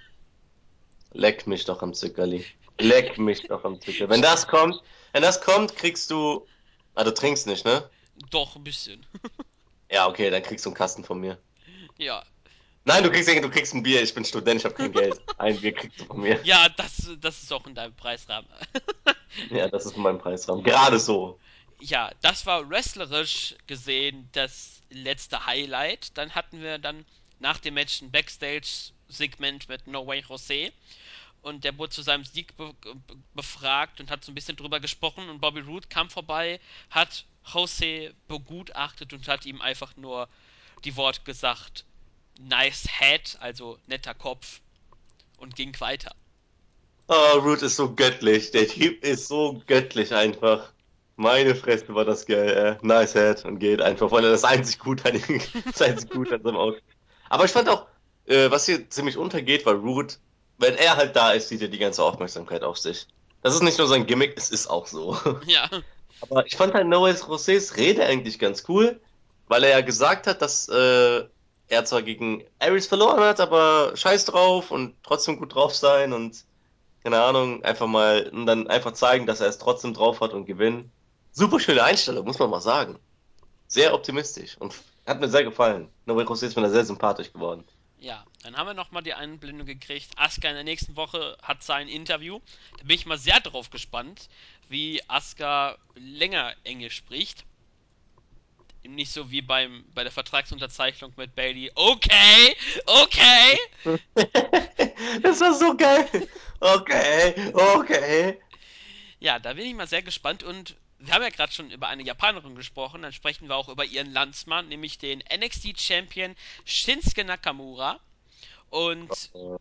Leck mich doch am Zuckerli. Leck mich doch am Zucker. Wenn das kommt, wenn das kommt, kriegst du. Ah, du trinkst nicht, ne? Doch, ein bisschen. Ja, okay, dann kriegst du einen Kasten von mir. Ja. Nein, du kriegst, du kriegst ein Bier. Ich bin Student, ich habe kein Geld. Ein Bier kriegst du von mir. Ja, das, das ist auch in deinem Preisrahmen. Ja, das ist in meinem Preisrahmen. Gerade so. Ja, das war wrestlerisch gesehen das letzte Highlight. Dann hatten wir dann nach dem Match ein Backstage-Segment mit No Way Jose. Und der wurde zu seinem Sieg be be befragt und hat so ein bisschen drüber gesprochen. Und Bobby Roode kam vorbei, hat Jose begutachtet und hat ihm einfach nur die Worte gesagt: Nice head, also netter Kopf, und ging weiter. Oh, Root ist so göttlich. Der Typ ist so göttlich einfach. Meine Fresse war das geil. Äh, nice Head und geht einfach, weil er das einzig gut an ihm, das einzig gut an seinem Outfit. Aber ich fand auch, äh, was hier ziemlich untergeht, weil Root, wenn er halt da ist, sieht er die ganze Aufmerksamkeit auf sich. Das ist nicht nur sein Gimmick, es ist auch so. Ja, Aber ich fand halt Noes Rosés Rede eigentlich ganz cool, weil er ja gesagt hat, dass äh, er zwar gegen Aries verloren hat, aber scheiß drauf und trotzdem gut drauf sein und keine Ahnung, einfach mal und dann einfach zeigen, dass er es trotzdem drauf hat und gewinnen. Super schöne Einstellung, muss man mal sagen. Sehr optimistisch und hat mir sehr gefallen. Noé José ist mir da sehr sympathisch geworden. ja. Dann haben wir nochmal die Einblendung gekriegt. Asuka in der nächsten Woche hat sein Interview. Da bin ich mal sehr drauf gespannt, wie Asuka länger Englisch spricht. Nicht so wie beim, bei der Vertragsunterzeichnung mit Bailey. Okay, okay. Das war so geil. Okay, okay. Ja, da bin ich mal sehr gespannt. Und wir haben ja gerade schon über eine Japanerin gesprochen. Dann sprechen wir auch über ihren Landsmann, nämlich den N X T-Champion Shinsuke Nakamura. Und Oh,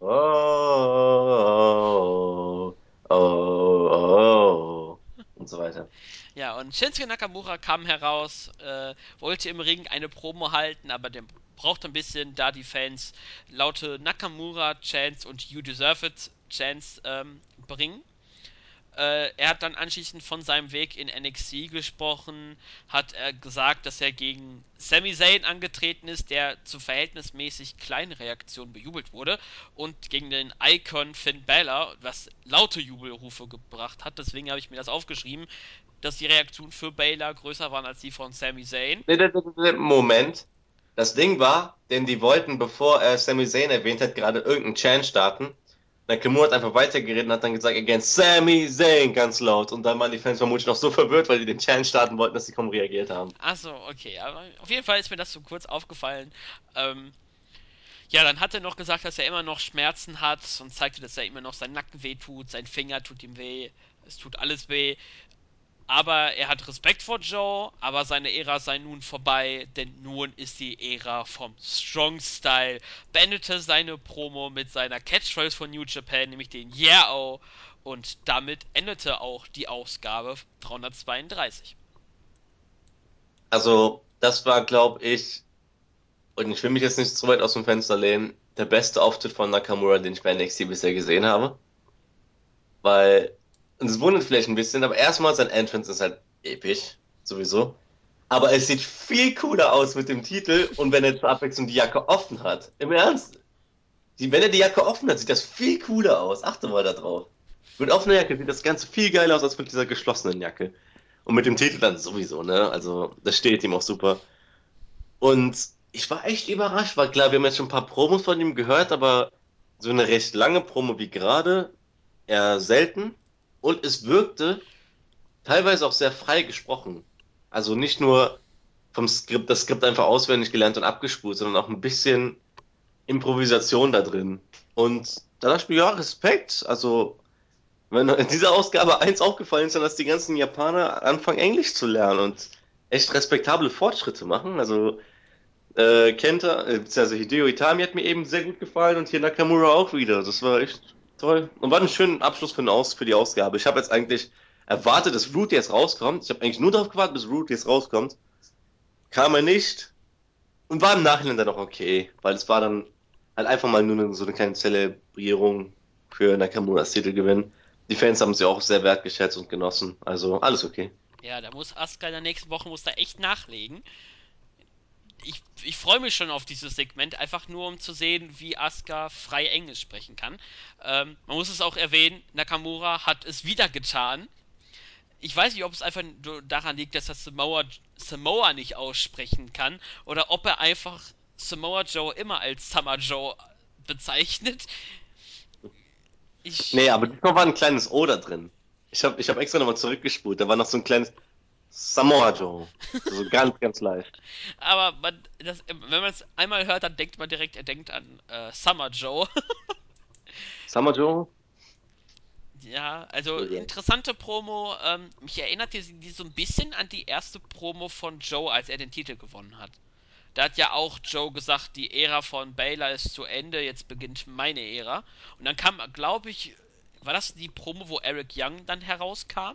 oh, oh, oh. Und so weiter. ja, und Shinsuke Nakamura kam heraus, äh, wollte im Ring eine Promo halten, aber der brauchte ein bisschen, da die Fans laute Nakamura-Chants und You Deserve It-Chants ähm, bringen. Äh, er hat dann anschließend von seinem Weg in N X T gesprochen, hat er gesagt, dass er gegen Sami Zayn angetreten ist, der zu verhältnismäßig kleinen Reaktionen bejubelt wurde, und gegen den Icon Finn Balor, was laute Jubelrufe gebracht hat. Deswegen habe ich mir das aufgeschrieben, dass die Reaktionen für Balor größer waren als die von Sami Zayn. Nee, nee, nee, nee, Moment. Das Ding war, denn die wollten, bevor er Sami Zayn erwähnt hat, gerade irgendeinen Chant starten. Nakamura hat einfach weitergeredet und hat dann gesagt, against Sami Zayn, ganz laut. Und dann waren die Fans vermutlich noch so verwirrt, weil die den Chant starten wollten, dass sie kaum reagiert haben. Achso, okay, aber auf jeden Fall ist mir das so kurz aufgefallen. Ähm, ja, dann hat er noch gesagt, dass er immer noch Schmerzen hat und zeigte, dass er immer noch sein Nacken weh tut, sein Finger tut ihm weh, es tut alles weh. Aber er hat Respekt vor Joe, aber seine Ära sei nun vorbei, denn nun ist die Ära vom Strong Style. Beendete seine Promo mit seiner Catchphrase von New Japan, nämlich den Yeah Oh. Und damit endete auch die Ausgabe dreihundertzweiunddreißig. Also, das war, glaube ich, und ich will mich jetzt nicht zu weit aus dem Fenster lehnen, der beste Auftritt von Nakamura, den ich bei N X T bisher gesehen habe. Weil, und es wundert vielleicht ein bisschen, aber erstmal sein Entrance ist halt episch, sowieso. Aber es sieht viel cooler aus mit dem Titel und wenn er zur Abwechslung die Jacke offen hat. Im Ernst, die, wenn er die Jacke offen hat, sieht das viel cooler aus. Achte mal da drauf. Mit offener Jacke sieht das Ganze viel geiler aus als mit dieser geschlossenen Jacke. Und mit dem Titel dann sowieso, ne? Also, das steht ihm auch super. Und ich war echt überrascht, weil klar, wir haben jetzt schon ein paar Promos von ihm gehört, aber so eine recht lange Promo wie gerade eher selten. Und es wirkte teilweise auch sehr frei gesprochen. Also nicht nur vom Skript, das Skript einfach auswendig gelernt und abgespult, sondern auch ein bisschen Improvisation da drin. Und da dachte ich mir, ja, Respekt. Also, wenn in dieser Ausgabe eins aufgefallen ist, dann, dass die ganzen Japaner anfangen, Englisch zu lernen und echt respektable Fortschritte machen. Also, äh, Kenta, äh, beziehungsweise Hideo Itami hat mir eben sehr gut gefallen und hier Nakamura auch wieder. Das war echt toll. Und war ein schöner Abschluss für, den Aus, für die Ausgabe. Ich habe jetzt eigentlich erwartet, dass Root jetzt rauskommt. Ich habe eigentlich nur darauf gewartet, bis Root jetzt rauskommt. Kam er nicht und war im Nachhinein dann auch okay, weil es war dann halt einfach mal nur eine, so eine kleine Zelebrierung für Nakamuras Titelgewinn. Die Fans haben sie auch sehr wertgeschätzt und genossen. Also alles okay. Ja, da muss Asuka in der nächsten Woche muss da echt nachlegen. Ich, ich freue mich schon auf dieses Segment, einfach nur um zu sehen, wie Asuka frei Englisch sprechen kann. Ähm, man muss es auch erwähnen, Nakamura hat es wieder getan. Ich weiß nicht, ob es einfach nur daran liegt, dass er Samoa, Samoa nicht aussprechen kann oder ob er einfach Samoa Joe immer als Summer Joe bezeichnet. Nee, Ich, aber diesmal war ein kleines O da drin. Ich habe ich hab extra nochmal zurückgespult. Da war noch so ein kleines Samoa Joe. So ganz, ganz leicht. aber man, das, wenn man es einmal hört, dann denkt man direkt, er denkt an äh, Summer Joe. Samoa Joe? Ja, also Okay. interessante Promo. Ähm, mich erinnerte sie die so ein bisschen an die erste Promo von Joe, als er den Titel gewonnen hat. Da hat ja auch Joe gesagt, die Ära von Baylor ist zu Ende, jetzt beginnt meine Ära. Und dann kam, glaube ich, war das die Promo, wo Eric Young dann herauskam?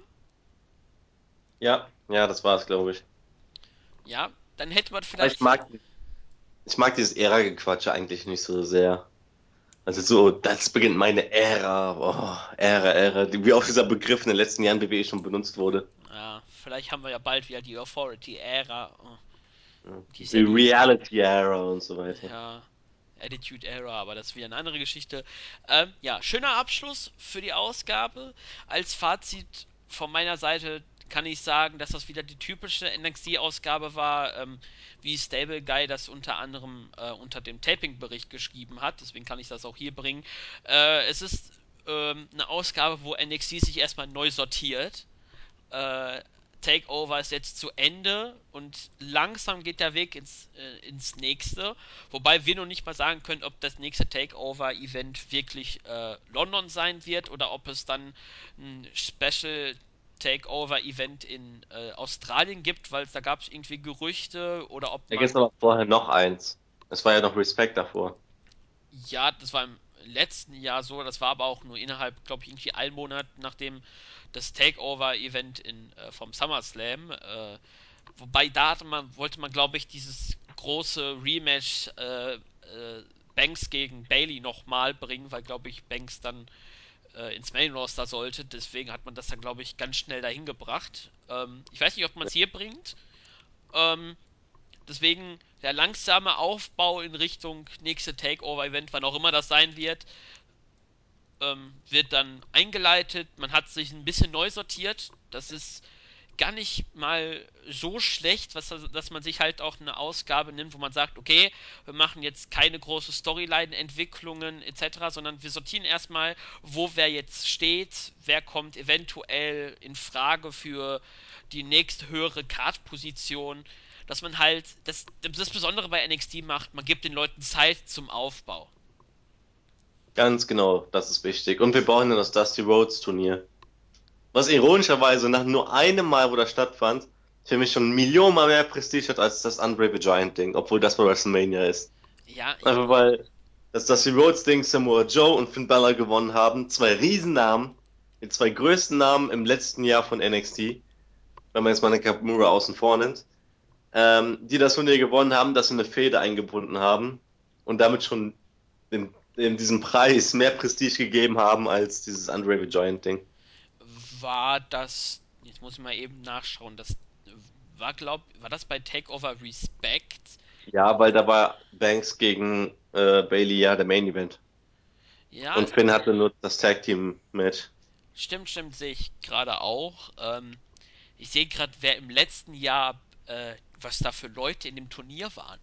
Ja, ja, das war es, glaube ich. Ja, dann hätte man Aber ich vielleicht. mag, ich mag dieses Ära-Gequatsche eigentlich nicht so sehr. Also so, das beginnt meine Ära. Oh, Ära, Ära. Wie auch dieser Begriff in den letzten Jahren B W E schon benutzt wurde. Ja, vielleicht haben wir ja bald wieder die Authority-Ära. Oh, Ja. die ist ja Die eh. Reality-Ära und so weiter. Ja, Attitude Era, aber das ist wieder eine andere Geschichte. Ähm, ja, schöner Abschluss für die Ausgabe. Als Fazit von meiner Seite kann ich sagen, dass das wieder die typische N X T-Ausgabe war, ähm, wie Stable Guy das unter anderem äh, unter dem Taping-Bericht geschrieben hat. Deswegen kann ich das auch hier bringen. Äh, es ist ähm, eine Ausgabe, wo N X T sich erstmal neu sortiert. äh, Takeover ist jetzt zu Ende und langsam geht der Weg ins, äh, ins nächste. Wobei wir noch nicht mal sagen können, ob das nächste Takeover-Event wirklich äh, London sein wird oder ob es dann ein Special Takeover-Event in äh, Australien gibt, weil da gab es irgendwie Gerüchte oder ob Da gibt es man, aber vorher noch eins. Es war ja noch Respect davor. ja, das war im letzten Jahr so, das war aber auch nur innerhalb, glaube ich, irgendwie einen Monat nachdem das Takeover-Event in, äh, vom SummerSlam. Äh, Wobei da hatte man, wollte man, glaube ich, dieses große Rematch äh, äh, Banks gegen Bailey nochmal bringen, weil, glaube ich, Banks dann äh, ins Main Roster sollte. Deswegen hat man das dann, glaube ich, ganz schnell dahin gebracht. Ähm, ich weiß nicht, ob man es hier bringt. Ähm, deswegen der langsame Aufbau in Richtung nächste Takeover-Event, wann auch immer das sein wird, ähm, wird dann eingeleitet. Man hat sich ein bisschen neu sortiert. Das ist gar nicht mal so schlecht, was, dass man sich halt auch eine Ausgabe nimmt, wo man sagt, okay, wir machen jetzt keine große Storyline-Entwicklungen et cetera, sondern wir sortieren erstmal, wo wer jetzt steht, wer kommt eventuell in Frage für die nächste höhere Card-Position, dass man halt das, das Besondere bei N X T macht, man gibt den Leuten Zeit zum Aufbau. Ganz genau, das ist wichtig. Und wir brauchen ja das Dusty Rhodes Turnier. Was ironischerweise nach nur einem Mal, wo das stattfand, für mich schon Millionenmal mehr Prestige hat als das Andre the Giant Ding, obwohl das bei WrestleMania ist. Ja, ich, Einfach weil das Dusty Rhodes Ding Samoa Joe und Finn Balor gewonnen haben. Zwei Riesennamen, die zwei größten Namen im letzten Jahr von N X T, wenn man jetzt mal eine Nakamura außen vor nimmt, ähm, die das Turnier gewonnen haben, dass sie eine Fehde eingebunden haben und damit schon in, in diesem Preis mehr Prestige gegeben haben als dieses Andre the Giant Ding. war das, jetzt muss ich mal eben nachschauen, das war, glaub, war das bei Takeover Respect? Ja, weil da war Banks gegen äh, Bailey ja der Main Event. Ja, Und Finn hatte nur das Tag Team Match. Stimmt, stimmt, sehe ich gerade auch. Ähm, ich sehe gerade, wer im letzten Jahr, äh, was da für Leute in dem Turnier waren.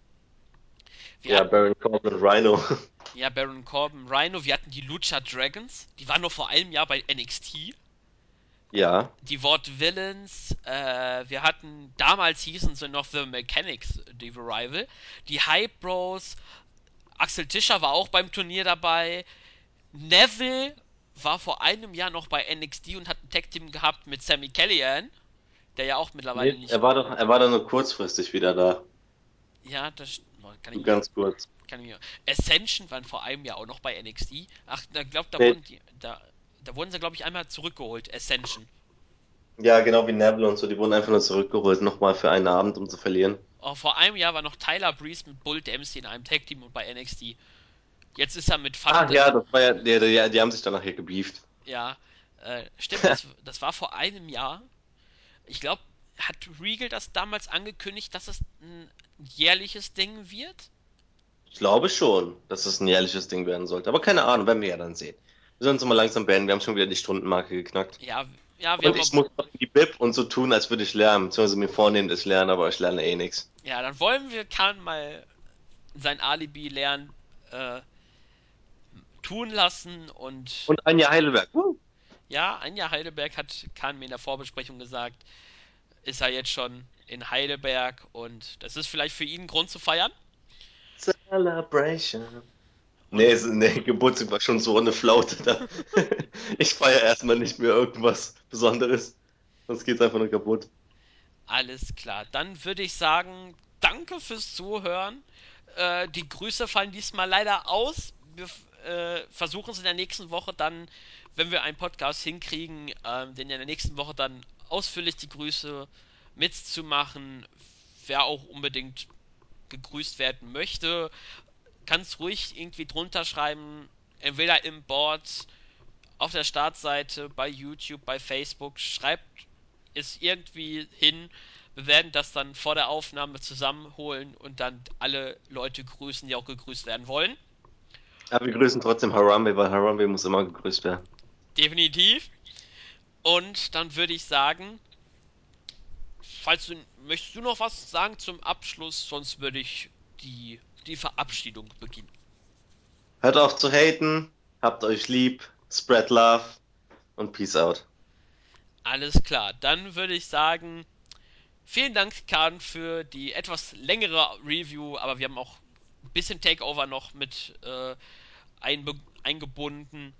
Wir Ja, hatten, Baron Corbin und Rhino. ja, Baron Corbin, Rhino, wir hatten die Lucha Dragons, die waren nur vor einem Jahr bei N X T. Ja. Die Wort Villains, äh, wir hatten, damals hießen sie noch The Mechanics, die Revival. Die Hype Bros, Axel Tischer war auch beim Turnier dabei. Neville war vor einem Jahr noch bei N X T und hat ein Tag-Team gehabt mit Sami Callihan, der ja auch mittlerweile Nee, nicht. er war doch, er war doch nur kurzfristig wieder da. Ja, das kann ich Nur mich. ganz kurz. Kann ich mir. Ascension waren vor einem Jahr auch noch bei N X T. Ach, da glaubt, da Nee, wurden die. Da, da wurden sie, glaube ich, einmal zurückgeholt. Ascension. ja, genau wie Neville und so, die wurden einfach nur zurückgeholt, nochmal für einen Abend, um zu verlieren. Oh, vor einem Jahr war noch Tyler Breeze mit Bull Dempsey in einem Tag-Team und bei N X T. Jetzt ist er mit Ach Thunder. ja, das war ja, die, die, die haben sich dann nachher gebieft. Ja, äh, stimmt, das, das war vor einem Jahr. Ich glaube, hat Regal das damals angekündigt, dass es ein jährliches Ding wird? Ich glaube schon, dass es ein jährliches Ding werden sollte. Aber keine Ahnung, werden wir ja dann sehen. Wir sollen uns mal langsam beenden. Wir haben schon wieder die Stundenmarke geknackt. Ja, ja, wir Und haben ich aber. muss noch in die Bib und so tun, als würde ich lernen. Beziehungsweise mir vornehmen, dass ich lerne, aber ich lerne eh nichts. Ja, dann wollen wir Khan mal sein Alibi lernen, äh, tun lassen und Und Anja Heidelberg. Uh, ja, Anja Heidelberg hat Kahn mir in der Vorbesprechung gesagt, ist er jetzt schon in Heidelberg und das ist vielleicht für ihn ein Grund zu feiern. Celebration. Nee, Und es- nee, Geburtstag war schon so eine Flaute da. Ich feiere erstmal nicht mehr irgendwas Besonderes. Sonst geht's einfach nur kaputt. alles klar. Dann würde ich sagen, danke fürs Zuhören. Äh, die Grüße fallen diesmal leider aus. Wir äh, versuchen es in der nächsten Woche dann, wenn wir einen Podcast hinkriegen, äh, den in der nächsten Woche dann ausführlich die Grüße mitzumachen. Wer auch unbedingt gegrüßt werden möchte, kann es ruhig irgendwie drunter schreiben. Entweder im Board, auf der Startseite, bei YouTube, bei Facebook. Schreibt es irgendwie hin. Wir werden das dann vor der Aufnahme zusammenholen und dann alle Leute grüßen, die auch gegrüßt werden wollen. Aber wir grüßen trotzdem Harambe, weil Harambe muss immer gegrüßt werden. Definitiv. Und dann würde ich sagen, falls du möchtest du noch was sagen zum Abschluss, sonst würde ich die, die Verabschiedung beginnen. Hört auf zu haten, habt euch lieb, spread love und peace out. Alles klar, dann würde ich sagen, vielen Dank, Kahn, für die etwas längere Review, aber wir haben auch ein bisschen Takeover noch mit äh, einbe eingebunden.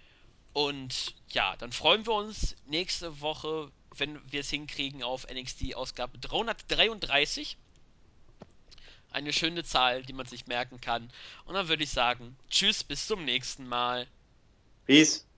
Und ja, dann freuen wir uns nächste Woche, wenn wir es hinkriegen, auf N X T-Ausgabe dreihundertdreiunddreißig. Eine schöne Zahl, die man sich merken kann. Und dann würde ich sagen, tschüss, bis zum nächsten Mal. Peace.